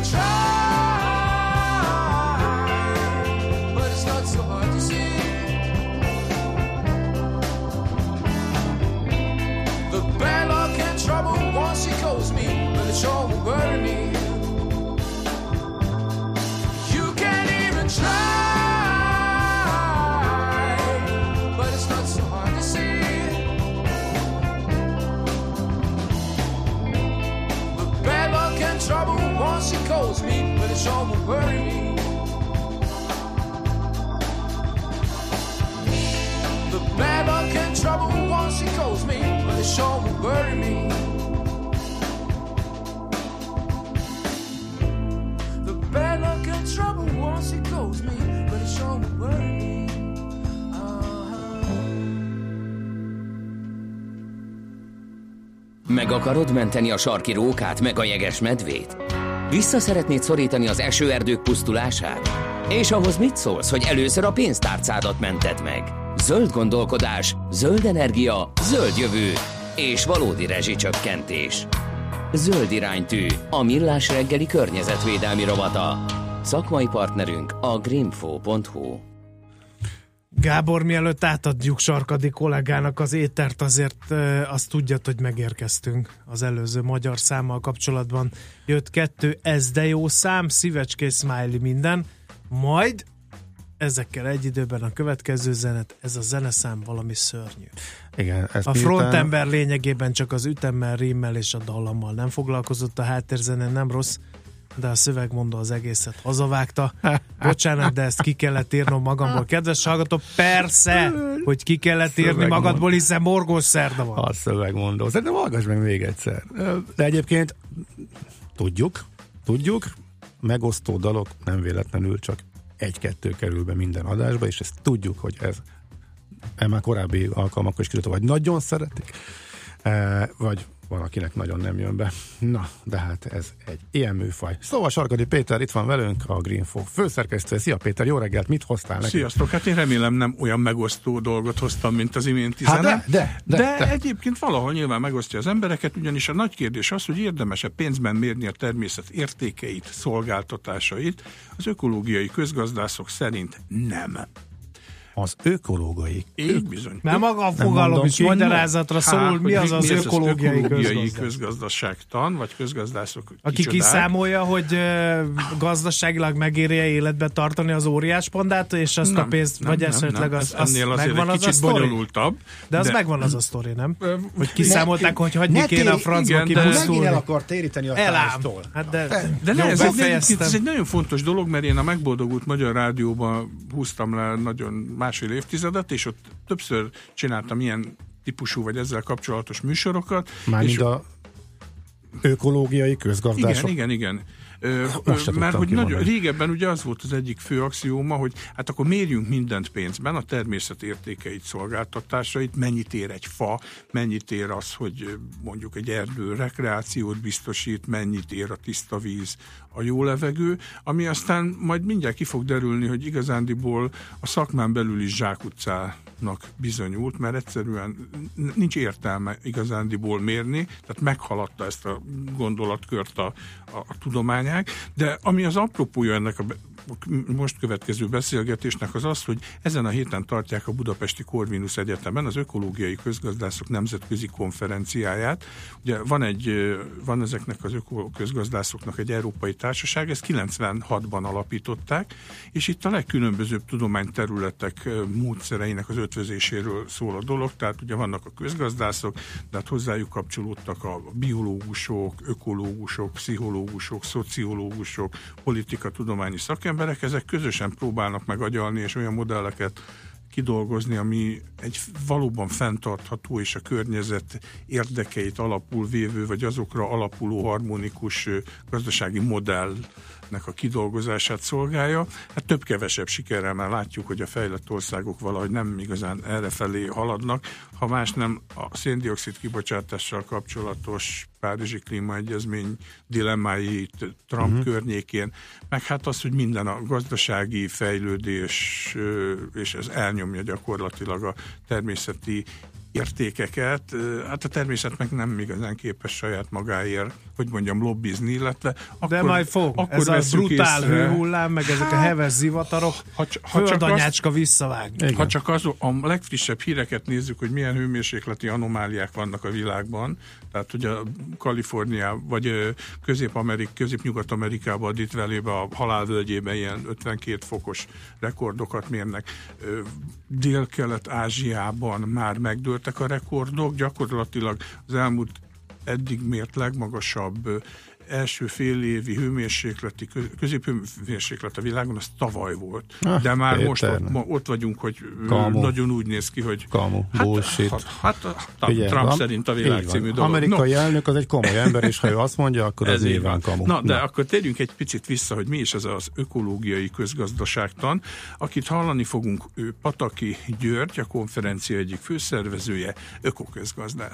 try, but it's not so hard to see. The bad luck and trouble once it calls me, but it sure will worry me. You can't even try, but it's not so hard to see. Trouble once it calls me, but it sure will worry me. The bad luck and trouble once it calls me, but it sure will worry me. The bad luck and trouble once it calls me, but it sure will worry me. Uh-huh. Meg akarod menteni a sarki rókát, meg a jeges medvét? Vissza szeretnéd szorítani az esőerdők pusztulását? És ahhoz mit szólsz, hogy először a pénztárcádat mented meg? Zöld gondolkodás, zöld energia, zöld jövő és valódi rezsicsökkentés. Zöld iránytű, a Millás reggeli környezetvédelmi rovata. Szakmai partnerünk a greenfo pont hu. Gábor, mielőtt átadjuk Sarkadi kollégának az étert, azért e, azt tudjad, hogy megérkeztünk az előző magyar számmal kapcsolatban. Jött kettő, ez de jó szám, szívecskés, smiley, minden. Majd ezekkel egy időben a következő zenet, ez a zeneszám valami szörnyű. Igen, ezt a frontember lényegében csak az ütemmel, rímmel és a dallammal nem foglalkozott, a háttérzene nem rossz, de a szövegmondó az egészet hazavágta. Bocsánat, de ezt ki kellett írnom magamból. Kedves hallgató, persze, hogy ki kellett írni szövegmondó. Magadból, hiszen morgós szerda van. A szövegmondó. Szerintem hallgass meg még egyszer. De egyébként tudjuk, tudjuk, megosztó dalok nem véletlenül csak egy-kettő kerül be minden adásba, és ezt tudjuk, hogy ez már korábbi alkalmakkor is kiderült, vagy nagyon szeretik, vagy valakinek nagyon nem jön be. Na, de hát ez egy ilyen műfaj. Szóval Sarkadi Péter itt van velünk, a Greenfo főszerkesztő. Szia Péter, jó reggelt, mit hoztál neki? Sziasztok, hát én remélem nem olyan megosztó dolgot hoztam, mint az iménti zene. Hát de, de, de, de, de egyébként valahol nyilván megosztja az embereket, ugyanis a nagy kérdés az, hogy érdemes-e pénzben mérni a természet értékeit, szolgáltatásait. Az ökológiai közgazdászok szerint nem. Az ökológiai. Így bizony. Mert maga a fogalom is magyarázatra szólul, mi az az, az ökológiai, ökológiai közgazdaságtan, vagy közgazdászok aki kicsodák. Kiszámolja, hogy gazdaságilag megéri-e életbe tartani az óriáspandát, és azt nem, a pénzt, nem, vagy nem, esetleg nem, az, az, az megvan az a sztori. De az de, megvan az a sztori, nem? Hogy kiszámolták, hogy hagyni kéne a francba kipusztulni. Megint el akar téríteni a tájtól. Hát de, de ne, ez, egy, ez egy nagyon fontos dolog, mert én a Megboldogult Magyar Rádióban húztam le nagyon másfél évtizedet, és ott többször csináltam ilyen típusú, vagy ezzel kapcsolatos műsorokat. Mármint a ökológiai közgazdások? Igen, igen, igen. Ö, ö, mert hogy nagyon, régebben ugye az volt az egyik fő axióma, hogy hát akkor mérjünk mindent pénzben, a természet értékeit, szolgáltatásait, mennyit ér egy fa, mennyit ér az, hogy mondjuk egy erdő rekreációt biztosít, mennyit ér a tiszta víz, a jó levegő, ami aztán majd mindjárt ki fog derülni, hogy igazándiból a szakmán belül is zsákutcának bizonyult, mert egyszerűen nincs értelme igazándiból mérni, tehát meghaladta ezt a gondolatkört a, a, a tudományák, de ami az apropója ennek a most következő beszélgetésnek az az, hogy ezen a héten tartják a Budapesti Corvinus Egyetemen az ökológiai közgazdászok nemzetközi konferenciáját. Ugye van egy, van ezeknek az ökoközgazdászoknak egy európai társaság, ezt kilencvenhatban alapították, és itt a legkülönbözőbb tudományterületek módszereinek az ötvözéséről szól a dolog, tehát ugye vannak a közgazdászok, de hát hozzájuk kapcsolódtak a biológusok, ökológusok, pszichológusok, szociológusok, politikatudományi szakemberek, emberek, ezek közösen próbálnak meg agyalni, és olyan modelleket kidolgozni, ami egy valóban fenntartható és a környezet érdekeit alapul vévő, vagy azokra alapuló harmonikus gazdasági modellnek a kidolgozását szolgálja. Hát több-kevesebb sikerrel már látjuk, hogy a fejlett országok valahogy nem igazán errefelé haladnak, ha más nem a szén-dioxid kibocsátással kapcsolatos Párizsi Klímaegyezmény dilemmái Trump uh-huh. környékén, meg hát az, hogy minden a gazdasági fejlődés, és ez elnyomja gyakorlatilag a természeti értékeket, hát a természet meg nem igazán képes saját magáért, hogy mondjam, lobbizni, illetve akkor, de majd fog, akkor ez a brutál észre, hőhullám, meg ezek a heves zivatarok, ha, ha földanyácska visszavágni. Ha csak az, a legfrissebb híreket nézzük, hogy milyen hőmérsékleti anomáliák vannak a világban, tehát ugye Kalifornia, vagy Közép-Amerik, Közép-Nyugat-Amerikában, a Ditvelébe, a halálvölgyében ilyen ötvenkét fokos rekordokat mérnek. Dél-Kelet-Ázsiában már megdőltek a rekordok, gyakorlatilag az elmúlt eddig mért legmagasabb első fél évi hőmérsékleti, középhőmérséklet a világon, az tavaly volt. Ah, de már Péter, most ott, ma, ott vagyunk, hogy Kamu. Nagyon úgy néz ki, hogy Kamu, bullshit. Hát, hát, hát Ugye, Trump van, szerint a világ című dolog. Amerikai no. elnök az egy komoly ember, és ha ő azt mondja, akkor az nyilván Kamu. Na, de Na. akkor térjünk egy picit vissza, hogy mi is ez az ökológiai közgazdaságtan. Akit hallani fogunk, ő Pataki György, a konferencia egyik főszervezője, ökoközgazdász.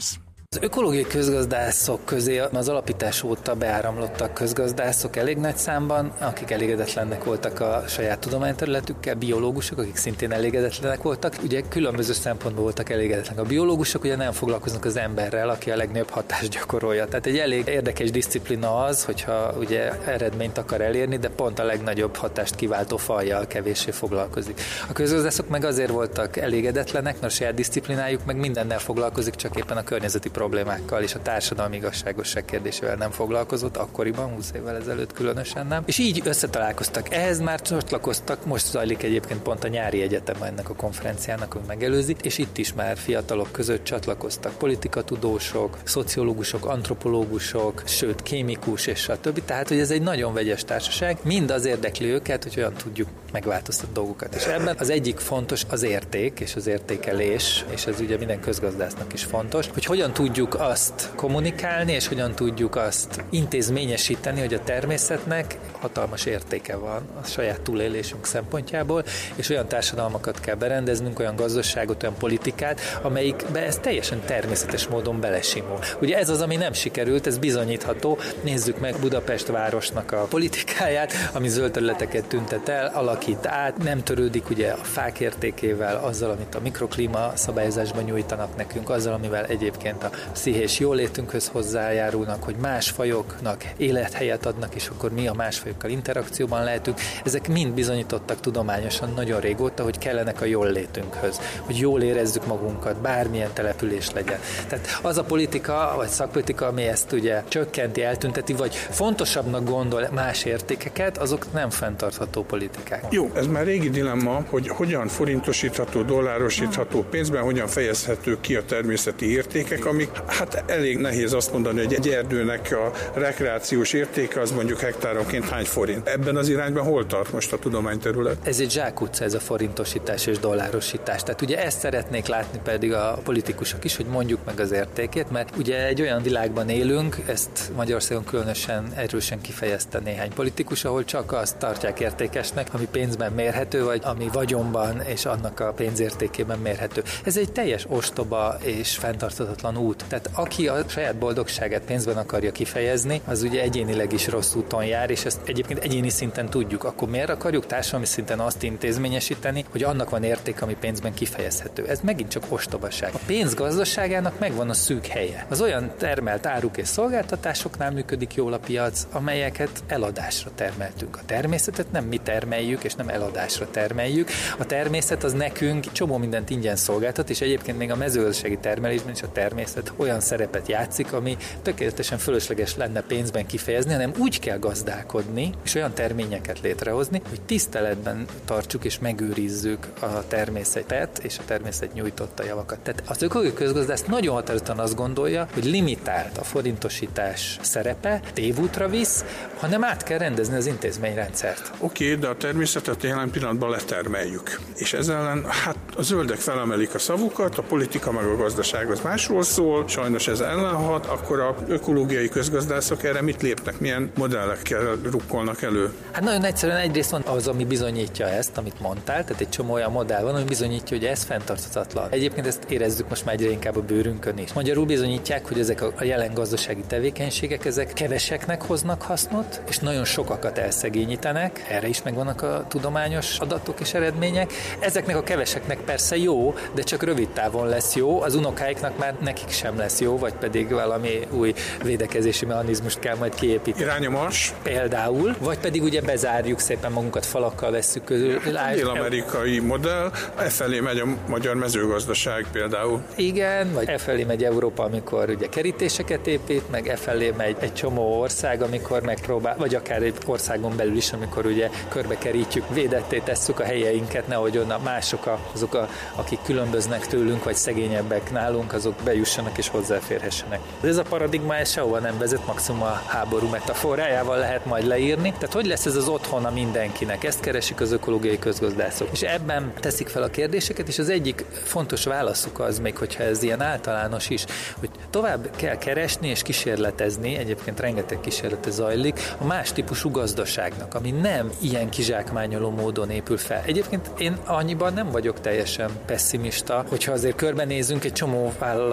Az ökológiai közgazdászok közé az alapítás óta beáramlottak közgazdászok elég nagy számban, akik elégedetlenek voltak a saját tudományterületükkel, biológusok, akik szintén elégedetlenek voltak. Ugye különböző szempontból voltak elégedetlenek. A biológusok ugye nem foglalkoznak az emberrel, aki a legnagyobb hatást gyakorolja. Tehát egy elég érdekes diszciplina az, hogyha ugye eredményt akar elérni, de pont a legnagyobb hatást kiváltó fajjal kevéssé foglalkozik. A közgazdászok meg azért voltak elégedetlenek, mert a saját diszciplinájuk meg mindennel foglalkozik, csak éppen a környezeti problémákkal és a társadalmi igazságosság kérdésével nem foglalkozott, akkoriban, húsz évvel ezelőtt különösen nem. És így összetalálkoztak. Ehhez már csatlakoztak, most zajlik egyébként pont a nyári egyetem ennek a konferenciának, ami megelőzi, és itt is már fiatalok között csatlakoztak politikatudósok, szociológusok, antropológusok, sőt kémikus és stb. Tehát, hogy ez egy nagyon vegyes társaság, mind az érdekli őket, hogy olyan tudjuk megváltoztatni dolgokat. És ebben az egyik fontos az érték és az értékelés, és ez ugye minden közgazdásznak is fontos, hogy hogyan tudjuk azt kommunikálni, és hogyan tudjuk azt intézményesíteni, hogy a természetnek hatalmas értéke van a saját túlélésünk szempontjából, és olyan társadalmakat kell berendeznünk, olyan gazdaságot, olyan politikát, amelyikbe ez teljesen természetes módon belesimul. Ugye ez az, ami nem sikerült, ez bizonyítható. Nézzük meg Budapest városnak a politikáját, ami zöld területeket tüntet el, alakít át, nem törődik ugye a fák értékével, azzal, amit a mikroklíma szabályozásban nyújtanak nekünk, azzal, amivel egyébként a pszichés jólétünkhöz hozzájárulnak, hogy más fajoknak élethelyet adnak, és akkor mi a más fajokkal interakcióban lehetünk. Ezek mind bizonyítottak tudományosan nagyon régóta, hogy kellenek a jól létünkhöz, hogy jól érezzük magunkat, bármilyen település legyen. Tehát az a politika, vagy szakpolitika, ami ezt ugye csökkenti, eltünteti, vagy fontosabbnak gondol más értékeket, azok nem fenntartható politikák. Jó, ez már régi dilemma, hogy hogyan forintosítható, dollárosítható pénzben, hogyan fejezhető ki a természeti értékek, amik hát elég nehéz azt mondani, hogy egy erdőnek a rekreációs értéke az mondjuk hektáronként hány forint. Ebben az irányban hol tart most a tudományterület? Ez egy zsákutca, ez a forintosítás és dollárosítás. Tehát ugye ezt szeretnék látni pedig a politikusok is, hogy mondjuk meg az értékét, mert ugye egy olyan világban élünk, ezt Magyarországon különösen erősen kifejezte néhány politikus, ahol csak azt tartják értékesnek, ami pénzben mérhető, vagy ami vagyonban és annak a pénzértékében mérhető. Ez egy teljes ostoba és fenntarthatatlan út. Tehát aki a saját boldogságát pénzben akarja kifejezni, az ugye egyénileg is rossz úton jár, és ezt egyébként egyéni szinten tudjuk. Akkor miért akarjuk társadalmi szinten azt intézményesíteni, hogy annak van érték, ami pénzben kifejezhető? Ez megint csak ostobaság. A pénz gazdaságának megvan a szűk helye. Az olyan termelt áruk és szolgáltatásoknál működik jól a piac, amelyeket eladásra termeltünk. A természetet nem mi termeljük, és nem eladásra termeljük. A természet az nekünk csomó mindent ingyen szolgáltat, és egyébként még a mezőgazdasági termelésben is a természet olyan szerepet játszik, ami tökéletesen fölösleges lenne pénzben kifejezni, hanem úgy kell gazdálkodni, és olyan terményeket létrehozni, hogy tiszteletben tartsuk és megőrizzük a természetet és a természet nyújtotta javakat. Tehát az ökológiai közgazdász nagyon határozottan azt gondolja, hogy limitált a forintosítás szerepe, tévútra visz, hanem át kell rendezni az intézményrendszert. Oké, okay, de a természetet jelen pillanatban letermeljük. És ezzel ellen, hát a zöldek felemelik a szavukat, a politika meg a gazdaság az másról szól, sajnos ez ellenhat, akkor a ökológiai közgazdászok erre mit lépnek, milyen modellekkel rukkolnak elő? Hát nagyon egyszerűen egyrészt van az, ami bizonyítja ezt, amit mondtál, tehát egy csomó olyan modell van, ami bizonyítja, hogy ez fenntarthatatlan. Egyébként ezt érezzük most már egyre inkább a bőrünkön is. Magyarul bizonyítják, hogy ezek a jelen gazdasági tevékenységek, ezek keveseknek hoznak hasznot, és nagyon sokakat elszegényítenek. Erre is megvannak a tudományos adatok és eredmények. Ezeknek a keveseknek persze jó, de csak rövid távon lesz jó, az unokáiknak már nekik sem lesz jó, vagy pedig valami új védekezési mechanizmust kell majd kiépíteni. Irány a Mars? Például, vagy pedig ugye bezárjuk szépen magunkat, falakkal vesszük közül. A dél-amerikai modell, e felé megy a magyar mezőgazdaság például. Igen, vagy e felé megy Európa, amikor ugye kerítéseket épít, meg e felé megy egy csomó ország, amikor megpróbál, vagy akár egy országon belül is, amikor ugye körbekerítjük, védetté tesszük a helyeinket, nehogy onnan mások a, azok, a, akik különböznek tőlünk, vagy szegényebbek nálunk, azok bejussanak és hozzáférhessenek. De ez a paradigma ez sehova nem vezet, maximum a háború metaforájával lehet majd leírni. Tehát hogy lesz ez az otthona mindenkinek? Ezt keresik az ökológiai közgazdászok. És ebben teszik fel a kérdéseket, és az egyik fontos válaszuk az, még hogyha ez ilyen általános is, hogy tovább kell keresni és kísérletezni, egyébként rengeteg kísérlete zajlik, a más típusú gazdaságnak, ami nem ilyen kizsákmányoló módon épül fel. Egyébként én annyiban nem vagyok teljesen pessimista, hogyha azért körbenézünk, egy csomó vállalat, cég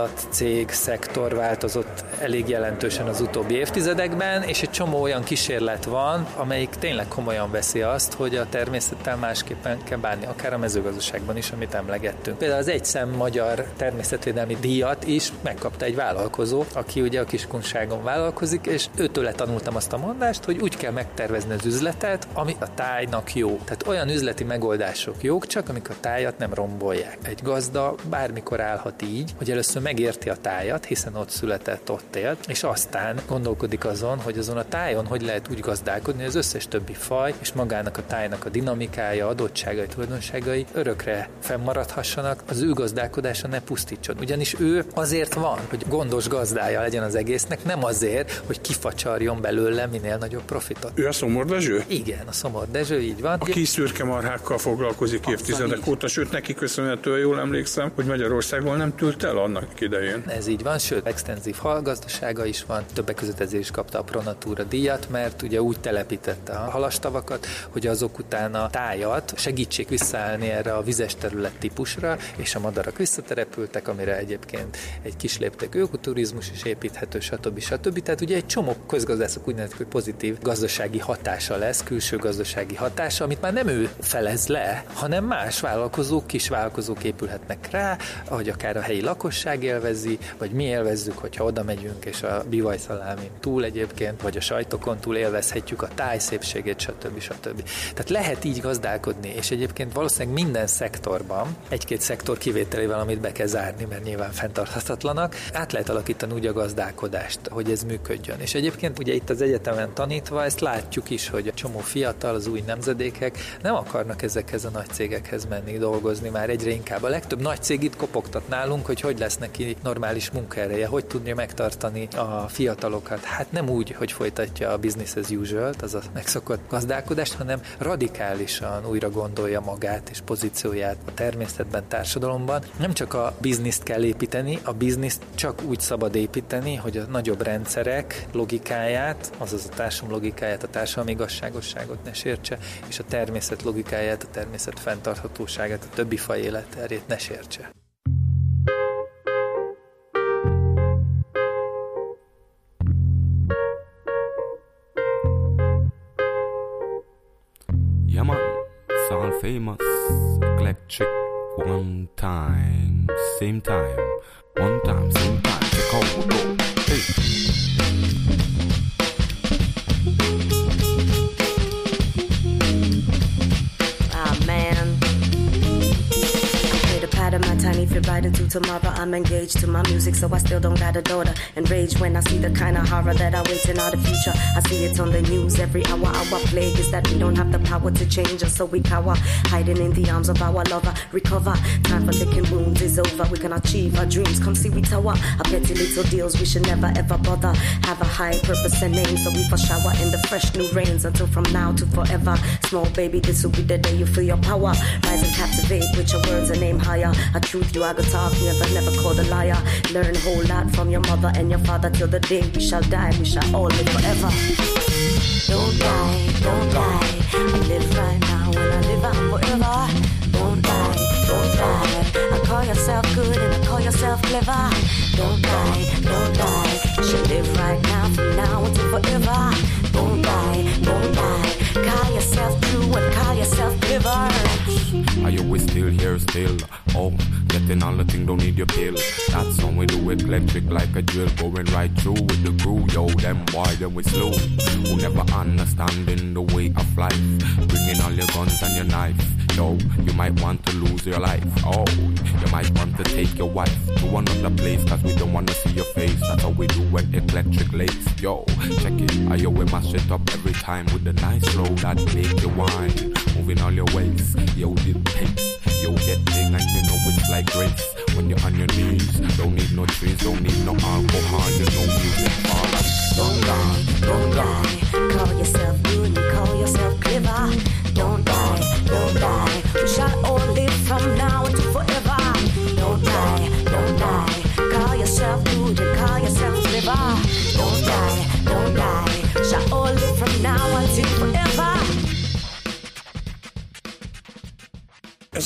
cég, szektor változott elég jelentősen az utóbbi évtizedekben, és egy csomó olyan kísérlet van, amelyik tényleg komolyan veszi azt, hogy a természettel másképpen kell bánni, akár a mezőgazdaságban is, amit emlegettünk. Például az Egyszem magyar természetvédelmi díjat is megkapta egy vállalkozó, aki ugye a Kiskunságon vállalkozik, és őtőle tanultam azt a mondást, hogy úgy kell megtervezni az üzletet, ami a tájnak jó. Tehát olyan üzleti megoldások jók csak, amik a tájat nem rombolják. Egy gazda bármikor állhat így, hogy először megérti a tájat, hiszen ott született, ott élt, és aztán gondolkodik azon, hogy azon a tájon hogy lehet úgy gazdálkodni, hogy az összes többi faj és magának a tájnak a dinamikája, adottságai, tulajdonságai örökre fennmaradhassanak, az ő gazdálkodása ne pusztítson. Ugyanis ő azért van, hogy gondos gazdája legyen az egésznek, nem azért, hogy kifacsarjon belőle minél nagyobb profitot. Ő a Szomor Dezső? Igen, a Szomor Dezső, így van. Aki szürke marhákkal foglalkozik évtizedek óta, sőt neki köszönhetően jól emlékszem, hogy Magyarországon nem tűlt el annak idején. Ez így van, sőt, extenzív halgazdasága is van, többek között ezért is kapta a Pronatura díjat, mert ugye úgy telepítette a halastavakat, hogy azok után a tájat segítsék visszaállni erre a vizes terület típusra, és a madarak visszaterepültek, amire egyébként egy kisléptékű ökoturizmus is építhető, stb. stb. Tehát ugye egy csomó közgazdászok úgy nevezik, hogy pozitív gazdasági hatása lesz, külső gazdasági hatása, amit már nem ő felez le, hanem más vállalkozók, kis vállalkozók épülhetnek rá, ahogy akár a helyi lakosság élvezi, vagy mi élvezzük, hogyha oda megyünk, és a bivajszalámin túl egyébként, vagy a sajtokon túl élvezhetjük a táj szépségét, stb. stb. Tehát lehet így gazdálkodni, és egyébként valószínűleg minden szektorban, egy-két szektor kivételével, amit be kell zárni, mert nyilván fenntarthatatlanak, át lehet alakítani úgy a gazdálkodást, hogy ez működjön. És egyébként ugye itt az egyetemen tanítva ezt látjuk is, hogy a csomó fiatal, az új nemzedékek nem akarnak ezekhez a nagy cégekhez menni dolgozni, már egyre inkább. A legtöbb nagy cég itt kopogtat nálunk, hogy hogy lesz neki normális munkaereje, hogy tudja megtartani a fiatalokat. Hát nem úgy, hogy folytatja a business as usual, az a megszokott gazdálkodást, hanem radikálisan újra gondolja magát és pozícióját a természetben, társadalomban. Nem csak a bizniszt kell építeni, a bizniszt csak úgy szabad építeni, hogy a nagyobb rendszerek logikáját, azaz a társadalom logikáját, a társadalmi igazságosságot ne sértse, és a természet logikáját, a természet fenntarthatóságát, a többi faj életterét ne sértse. Yeah man, it's all famous, eclectic, one time, same time, one time, same time, check out we go, hey. My tiny fit right into tomorrow. I'm engaged to my music, so I still don't got a daughter. Enraged when I see the kind of horror that awaits in all the future. I see it on the news every hour. Our plague is that we don't have the power to change us, so we cower, hiding in the arms of our lover. Recover, time for licking wounds is over. We can achieve our dreams. Come see we tower. Our petty little deals we should never ever bother. Have a high purpose and name, so we for shower in the fresh new rains until from now to forever. Small baby, this will be the day you feel your power. Rise and captivate with your words and aim higher. A truth you are gonna talk, never, never called a liar. Learn a whole lot from your mother and your father till the day we shall die. We shall all live forever. Don't die, don't die. I live right now and I live on forever. Don't die, don't die. I call yourself good and I call yourself clever. Don't die, don't die. You should live right now from now until forever. Don't die, don't die. Call yourself true and call yourself clever. Are you we still here still? Oh, getting all the thing, don't need your pill. That's how we do it, electric like a drill. Going right through with the crew, yo, them boy, then we slow. Who never understanding the way of life. Bringing all your guns and your knife. Yo, you might want to lose your life. Oh, you might want to take your wife to another place, cause we don't wanna see your face. That's how we do it, electric lace. Yo, check it, I yo, we mash it up every time with the nice flow that make you whine. Moving all your ways, yo, the pace. Yo, get thing and you know it's like grace. When you're on your knees, don't need no trees, don't need no alcohol, you know music, all that. Don't die, don't die. Call yourself good and call yourself clever. Don't die, don't die. We shall all live from now to forever. Don't die, don't die. Call yourself good and call yourself clever. Don't die, don't die. We shall all live from now until forever. Ez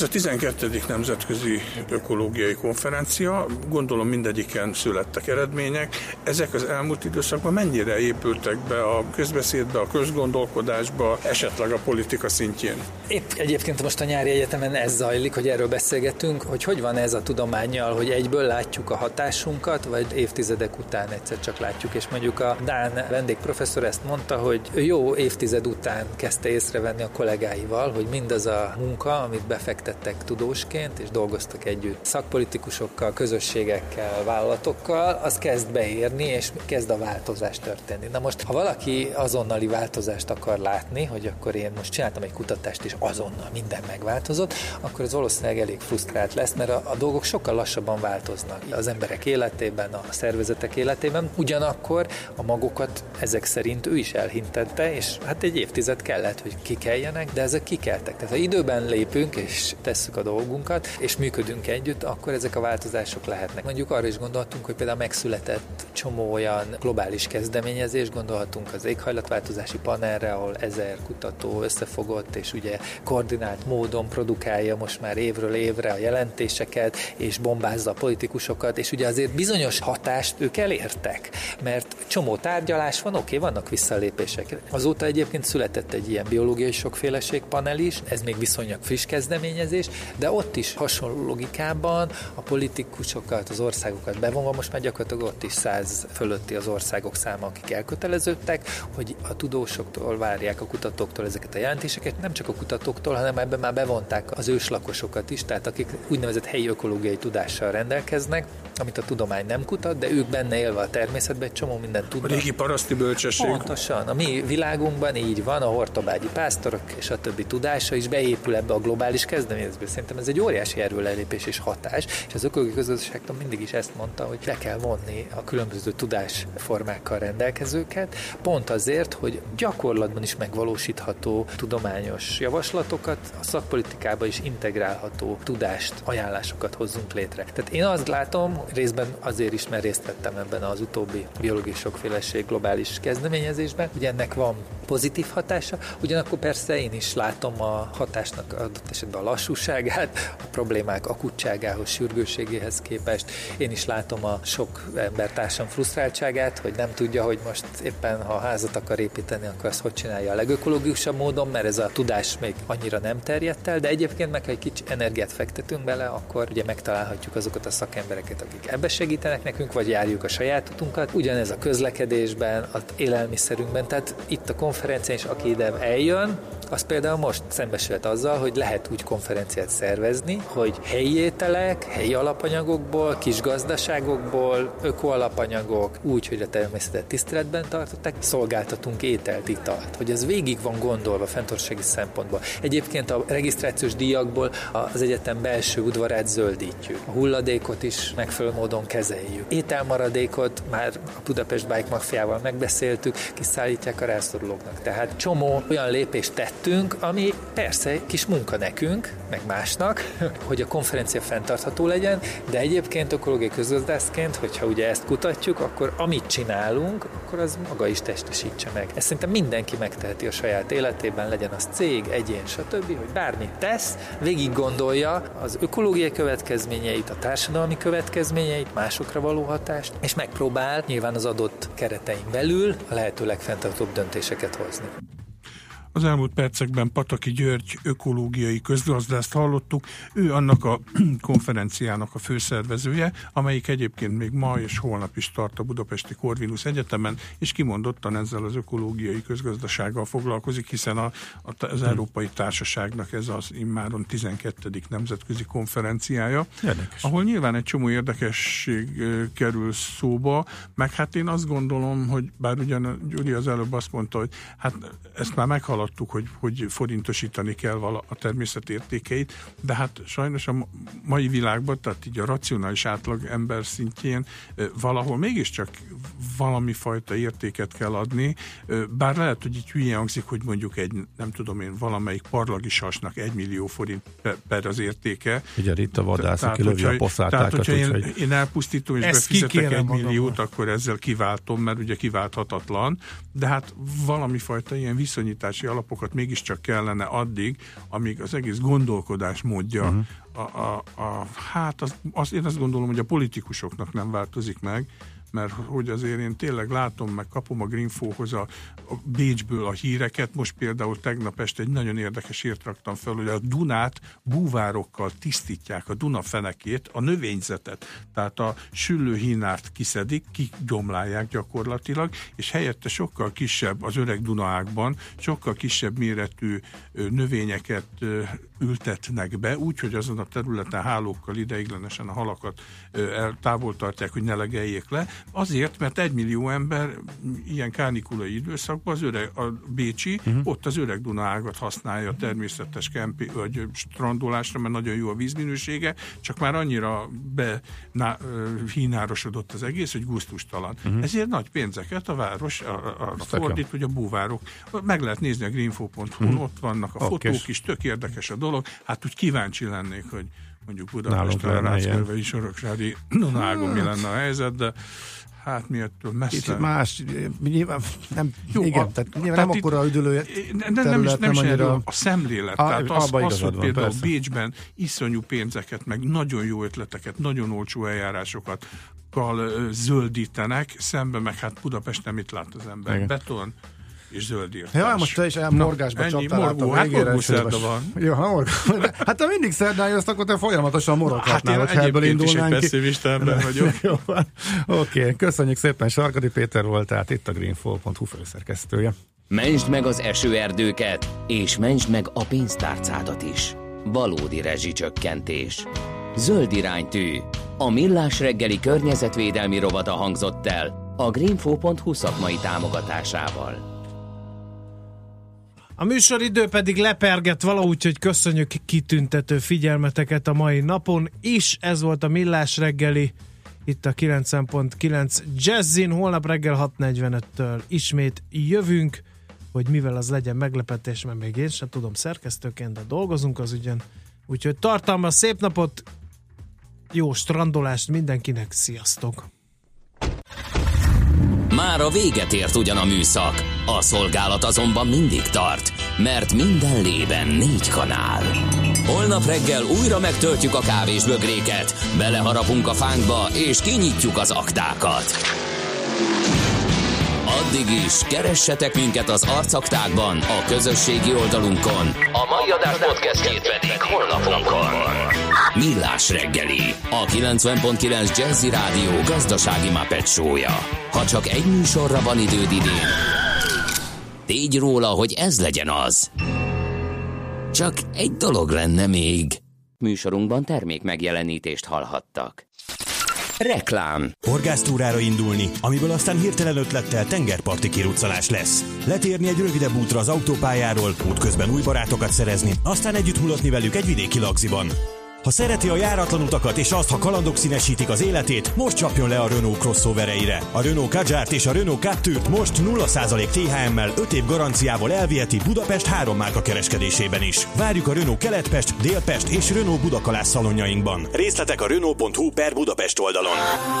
Ez a tizenkettedik nemzetközi ökológiai konferencia, gondolom mindegyiken születtek eredmények. Ezek az elmúlt időszakban mennyire épültek be a közbeszédbe, a közgondolkodásba, esetleg a politika szintjén? Épp egyébként most a nyári egyetemen ez zajlik, hogy erről beszélgetünk, hogy hogy van ez a tudománnyal, hogy egyből látjuk a hatásunkat, vagy évtizedek után egyszer csak látjuk, és mondjuk a dán vendégprofesszor ezt mondta, hogy jó évtized után kezdte észrevenni a kollégáival, hogy mindaz a munka, amit befektettek tudósként, és dolgoztak együtt szakpolitikusokkal, közösségekkel, vállalatokkal, az kezd beérni, és kezd a változás történni. Na most, ha valaki azonnali változást akar látni, hogy akkor én most csináltam egy kutatást, és azonnal minden megváltozott, akkor ez valószínűleg elég frusztrált lesz, mert a, a dolgok sokkal lassabban változnak az emberek életében, a szervezetek életében. Ugyanakkor a magokat ezek szerint ő is elhintette, és hát egy évtized kellett, hogy kikeljenek, de ezek kikeltek. Tehát ha időben lépünk, és tesszük a dolgunkat, és működünk együtt, akkor ezek a változások lehetnek. Mondjuk arra is gondoltunk, hogy például megszületett csomó olyan globális kezdeményezés, gondolhatunk az éghajlatváltozási panelre, ahol ezer kutató összefogott, és ugye koordinált módon produkálja most már évről évre a jelentéseket, és bombázza a politikusokat, és ugye azért bizonyos hatást ők elértek, mert csomó tárgyalás van, oké, vannak visszalépések. Azóta egyébként született egy ilyen biológiai sokféleség panel is, ez még viszonylag friss kezdeményezés, de ott is hasonló logikában a politikusokat, az országokat bevonva, most már gyakorlatilag ott is száz fölötti az országok száma, akik elköteleződtek, hogy a tudósoktól várják, a kutatóktól ezeket a jelentéseket, nem csak a kutatóktól, hanem ebben már bevonták az őslakosokat is, tehát akik úgynevezett helyi ökológiai tudással rendelkeznek, amit a tudomány nem kutat, de ők benne élve a természetben egy csomó mindent tudnak. A régi paraszti bölcsesség. Pontosan. A mi világunkban így van, a hortobágyi pásztorok és a többi tudása is beépül ebbe a globális kezdeményezésbe. Szerintem ez egy óriási erőlelépés és hatás, és az ökológiai közösségtan mindig is ezt mondta, hogy be kell vonni a különböző tudásformákkal rendelkezőket, pont azért, hogy gyakorlatban is megvalósítható tudományos javaslatokat, a szakpolitikába is integrálható tudást, ajánlásokat hozzunk létre. Tehát én azt látom, részben azért is, mert részt vettem ebben az utóbbi biológiai sokféleség globális kezdeményezésben, hogy ennek van pozitív hatása, ugyanakkor persze én is látom a hatásnak adott esetben a lassúságát, a problémák akutságához, sürgőségéhez képest. Én is látom a sok embertársam frusztráltságát, hogy nem tudja, hogy most éppen ha házat akar építeni, akkor azt hogy csinálja a legökológikusabb módon, mert ez a tudás még annyira nem terjedt el, de egyébként meg ha egy kicsi energiát fektetünk bele, akkor ugye megtalálhatjuk azokat a szakembereket, akik ebbe segítenek nekünk, vagy járjuk a saját utunkat. Ugyanez a közlekedésben, az élelmiszerünkben, tehát itt a konferencián is, aki ide eljön, az például most szembesült azzal, hogy lehet úgy konferenciát szervezni, hogy helyi ételek, helyi alapanyagokból, kis gazdaságokból, ökoalapanyagok, úgy, hogy a természetet tiszteletben tartották, szolgáltatunk ételt, italt. Hogy ez végig van gondolva fenntarthatósági szempontból. Egyébként a regisztrációs díjakból az egyetem belső udvarát zöldítjük. A hulladékot is megfelelő módon kezeljük. Ételmaradékot már a Budapest Bike Mafiával megbeszéltük, kiszállítják a rászorulóknak. Tehát csomó olyan lépést tettünk, ami persze kis munka nekünk, meg másnak, hogy a konferencia fenntartható legyen, de egyébként ökológiai közgazdászként, hogyha ugye ezt kutatjuk, akkor amit csinálunk, akkor az maga is testesítse meg. Ezt szerintem mindenki megteheti a saját életében, legyen az cég, egyén, stb., hogy bármit tesz, végig gondolja az ökológiai következményeit, a társadalmi következményeit, másokra való hatást, és megpróbál nyilván az adott keretein belül a lehető legfenntartóbb döntéseket hozni. Az elmúlt percekben Pataki György ökológiai közgazdászt hallottuk. Ő annak a konferenciának a főszervezője, amelyik egyébként még ma és holnap is tart a Budapesti Corvinus Egyetemen, és kimondottan ezzel az ökológiai közgazdasággal foglalkozik, hiszen a, a, az Európai Társaságnak ez az immáron tizenkettedik nemzetközi konferenciája, érdekes. Ahol nyilván egy csomó érdekesség kerül szóba, meg hát én azt gondolom, hogy bár ugyan Gyuri az előbb azt mondta, hogy hát ezt már meghallottuk, hogy, hogy forintosítani kell vala a természet értékeit, de hát sajnos a mai világban, tehát így a racionális átlag ember szintjén valahol mégiscsak valami fajta értéket kell adni, bár lehet, hogy így hülyén hangzik, hogy mondjuk egy, nem tudom én, valamelyik parlagisasnak egy millió forint per, per az értéke. Ugye itt a vadász, aki lövi a poszátákat. Tehát, hogyha én, hogy... én elpusztítom és befizetek egy milliót, akkor ezzel kiváltom, mert ugye kiválthatatlan, de hát valami fajta ilyen viszonyítási alapokat mégiscsak kellene addig, amíg az egész gondolkodásmódja uh-huh. a, a, a, hát az, az, én azt gondolom, hogy a politikusoknak nem változik meg, mert hogy azért én tényleg látom, meg kapom a Greenfóhoz a, a Bécsből a híreket. Most például tegnap este egy nagyon érdekes hírt raktam fel, hogy a Dunát búvárokkal tisztítják, a Duna fenekét, a növényzetet, tehát a süllőhínárt kiszedik, kigyomlálják gyakorlatilag, és helyette sokkal kisebb az öreg Dunaágban, sokkal kisebb méretű növényeket ültetnek be, úgyhogy azon a területen hálókkal ideiglenesen a halakat távol tartják, hogy ne legeljék le. Azért, mert egy millió ember ilyen kánikulai időszakban az öreg, a bécsi, uh-huh. ott az öreg Duna ágat használja a természetes kempi, vagy strandolásra, mert nagyon jó a vízminősége, csak már annyira behínárosodott az egész, hogy gusztustalan. Uh-huh. Ezért nagy pénzeket a város arra fordít, hogy a búvárok, meg lehet nézni a greenfo pont hu, uh-huh. ott vannak a fotók okay. is, tök érdekes a dolog. Hát úgy kíváncsi lennék, hogy mondjuk Budapesten, a Ráckörvei Soroksári Dunágon mi lenne a helyzet, de hát mi ettől messze. Itt más, nyilván, nem, jó, igen, a, tehát nyilván tehát nem akkora üdülő terület, nem, is, nem, nem annyira... a szemlélet, a, tehát az, az hogy például persze. Bécsben iszonyú pénzeket, meg nagyon jó ötleteket, nagyon olcsó eljárásokat zöldítenek, szemben meg hát Budapesten mit lát az ember? Igen. Beton és zöldírtás. Ja, most te is elmorgásba csaptál át a végére. Hát szerda van. Ja, ha hát ha mindig szerdán jössz, akkor te folyamatosan moroghatnál, hát hogy ebből indulnánk ki. Hát én egyébként is egy pessimista ember vagyok. Oké, okay. Köszönjük szépen, Sarkadi Péter volt, tehát itt a greenfo pont hu főszerkesztője. Mentsd meg az esőerdőket, és mentsd meg a pénztárcádat is. Valódi rezsicsökkentés. Zöld iránytű. A Millás reggeli környezetvédelmi rovata hangzott el a greenfo pont hu szakmai támogatásával. A műsoridő pedig leperget valahogy, hogy köszönjük kitüntető figyelmeteket a mai napon is. Ez volt a Millás reggeli, itt a kilencven pont kilenc Jazzin. Holnap reggel hat negyvenöttől ismét jövünk, hogy mivel az legyen meglepetés, mert még én sem tudom szerkesztőként, de dolgozunk az ügyen. Úgyhogy tartalmas szép napot, jó strandolást mindenkinek, sziasztok! Már a véget ért ugyan a műszak, a szolgálat azonban mindig tart, mert minden lében négy kanál. Holnap reggel újra megtöltjük a kávésbögréket, beleharapunk a fánkba és kinyitjuk az aktákat. Addig is keressetek minket az arcaktákban, a közösségi oldalunkon. A mai adás podcastjét pedig honlapunkon. Millás reggeli, a kilencven pont kilenc Jazzy Rádió gazdasági Muppet show-ja. Ha csak egy műsorra van időd idén, tégy róla, hogy ez legyen az. Csak egy dolog lenne még. Műsorunkban termék megjelenítést hallhattak. Reklám. Horgásztúrára indulni, amiből aztán hirtelen ötlettel tengerparti kiruccanás lesz. Letérni egy rövidebb útra az autópályáról, útközben új barátokat szerezni, aztán együtt mulatni velük egy vidéki lagziban. Ha szereti a járatlan utakat és azt, ha kalandok színesítik az életét, most csapjon le a Renault crossovereire. A Renault Kadjart és a Renault Captur-t most nulla százalék té há em-mel öt év garanciával elviheti Budapest három márka kereskedésében is. Várjuk a Renault Keletpest, Délpest és Renault Budakalász szalonjainkban. Részletek a renault pont hu per Budapest oldalon.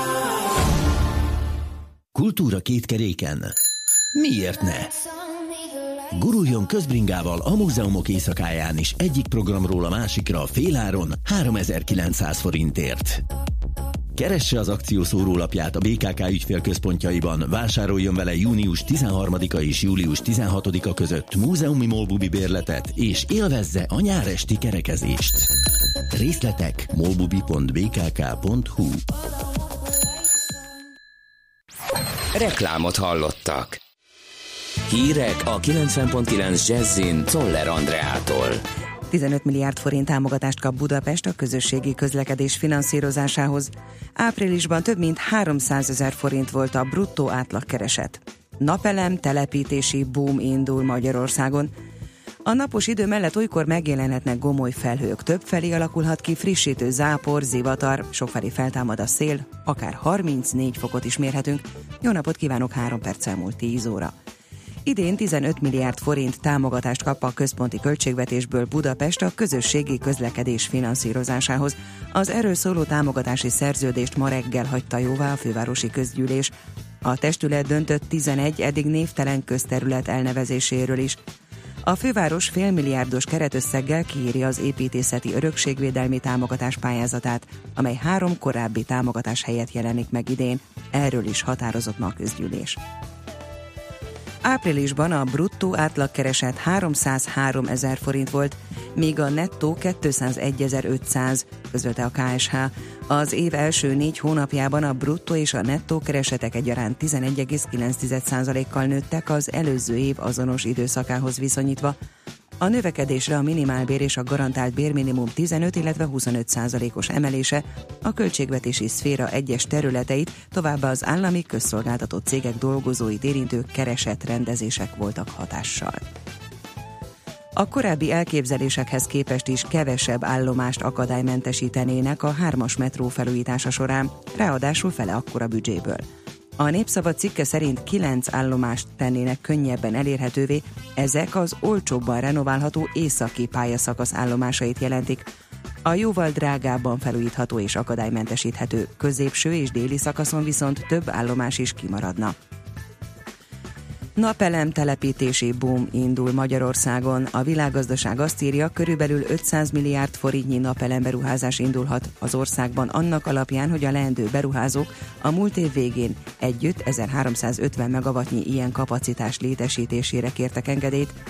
Kultúra két keréken. Miért ne? Guruljon közbringával a múzeumok éjszakáján is egyik programról a másikra féláron háromezer-kilencszáz forintért. Keresse az akció szórólapját a bé ká ká ügyfélközpontjaiban, vásároljon vele június tizenharmadika és július tizenhatodika között múzeumi molbubi bérletet, és élvezze a nyáresti kerekezést. Részletek molbubi pont bé ká ká pont hu. Reklámot hallottak. Hírek a kilencven pont kilenc Jazzin Czoller Andreától. tizenöt milliárd forint támogatást kap Budapest a közösségi közlekedés finanszírozásához. Áprilisban több mint háromszázezer forint volt a bruttó átlagkereset. Napelem telepítési boom indul Magyarországon. A napos idő mellett olykor megjelenhetnek gomoly felhők, többfelé alakulhat ki frissítő zápor, zivatar, sokfelé feltámad a szél, akár harmincnégy fokot is mérhetünk. Jó napot kívánok, három perc elmúlt tíz óra. Idén tizenöt milliárd forint támogatást kap a központi költségvetésből Budapest a közösségi közlekedés finanszírozásához. Az erről szóló támogatási szerződést ma reggel hagyta jóvá a fővárosi közgyűlés. A testület döntött tizenegy eddig névtelen közterület elnevezéséről is. A főváros félmilliárdos keretösszeggel kiírja az építészeti örökségvédelmi támogatás pályázatát, amely három korábbi támogatás helyett jelenik meg idén. Erről is határozott ma a közgyűlés. Áprilisban a bruttó átlagkereset háromszázháromezer forint volt, míg a nettó kétszázegyezer-ötszáz, közölte a ká es há. Az év első négy hónapjában a bruttó és a nettó keresetek egyaránt tizenegy egész kilenc százalékkal nőttek az előző év azonos időszakához viszonyítva. A növekedésre a minimálbér és a garantált bérminimum tizenöt, illetve huszonöt százalékos emelése a költségvetési szféra egyes területeit, továbbá az állami közszolgáltatott cégek dolgozóit érintő keresetrendezések voltak hatással. A korábbi elképzelésekhez képest is kevesebb állomást akadálymentesítenének a hármas metró felújítása során, ráadásul fele akkora büdzséből. A Népszava cikke szerint kilenc állomást tennének könnyebben elérhetővé, ezek az olcsóbban renoválható északi pályaszakasz állomásait jelentik. A jóval drágábban felújítható és akadálymentesíthető középső és déli szakaszon viszont több állomás is kimaradna. Napelem telepítési boom indul Magyarországon. A Világgazdaság azt írja, körülbelül ötszáz milliárd forintnyi napelem beruházás indulhat az országban annak alapján, hogy a leendő beruházók a múlt év végén együtt ezerháromszázötven megawattnyi ilyen kapacitás létesítésére kértek engedélyt,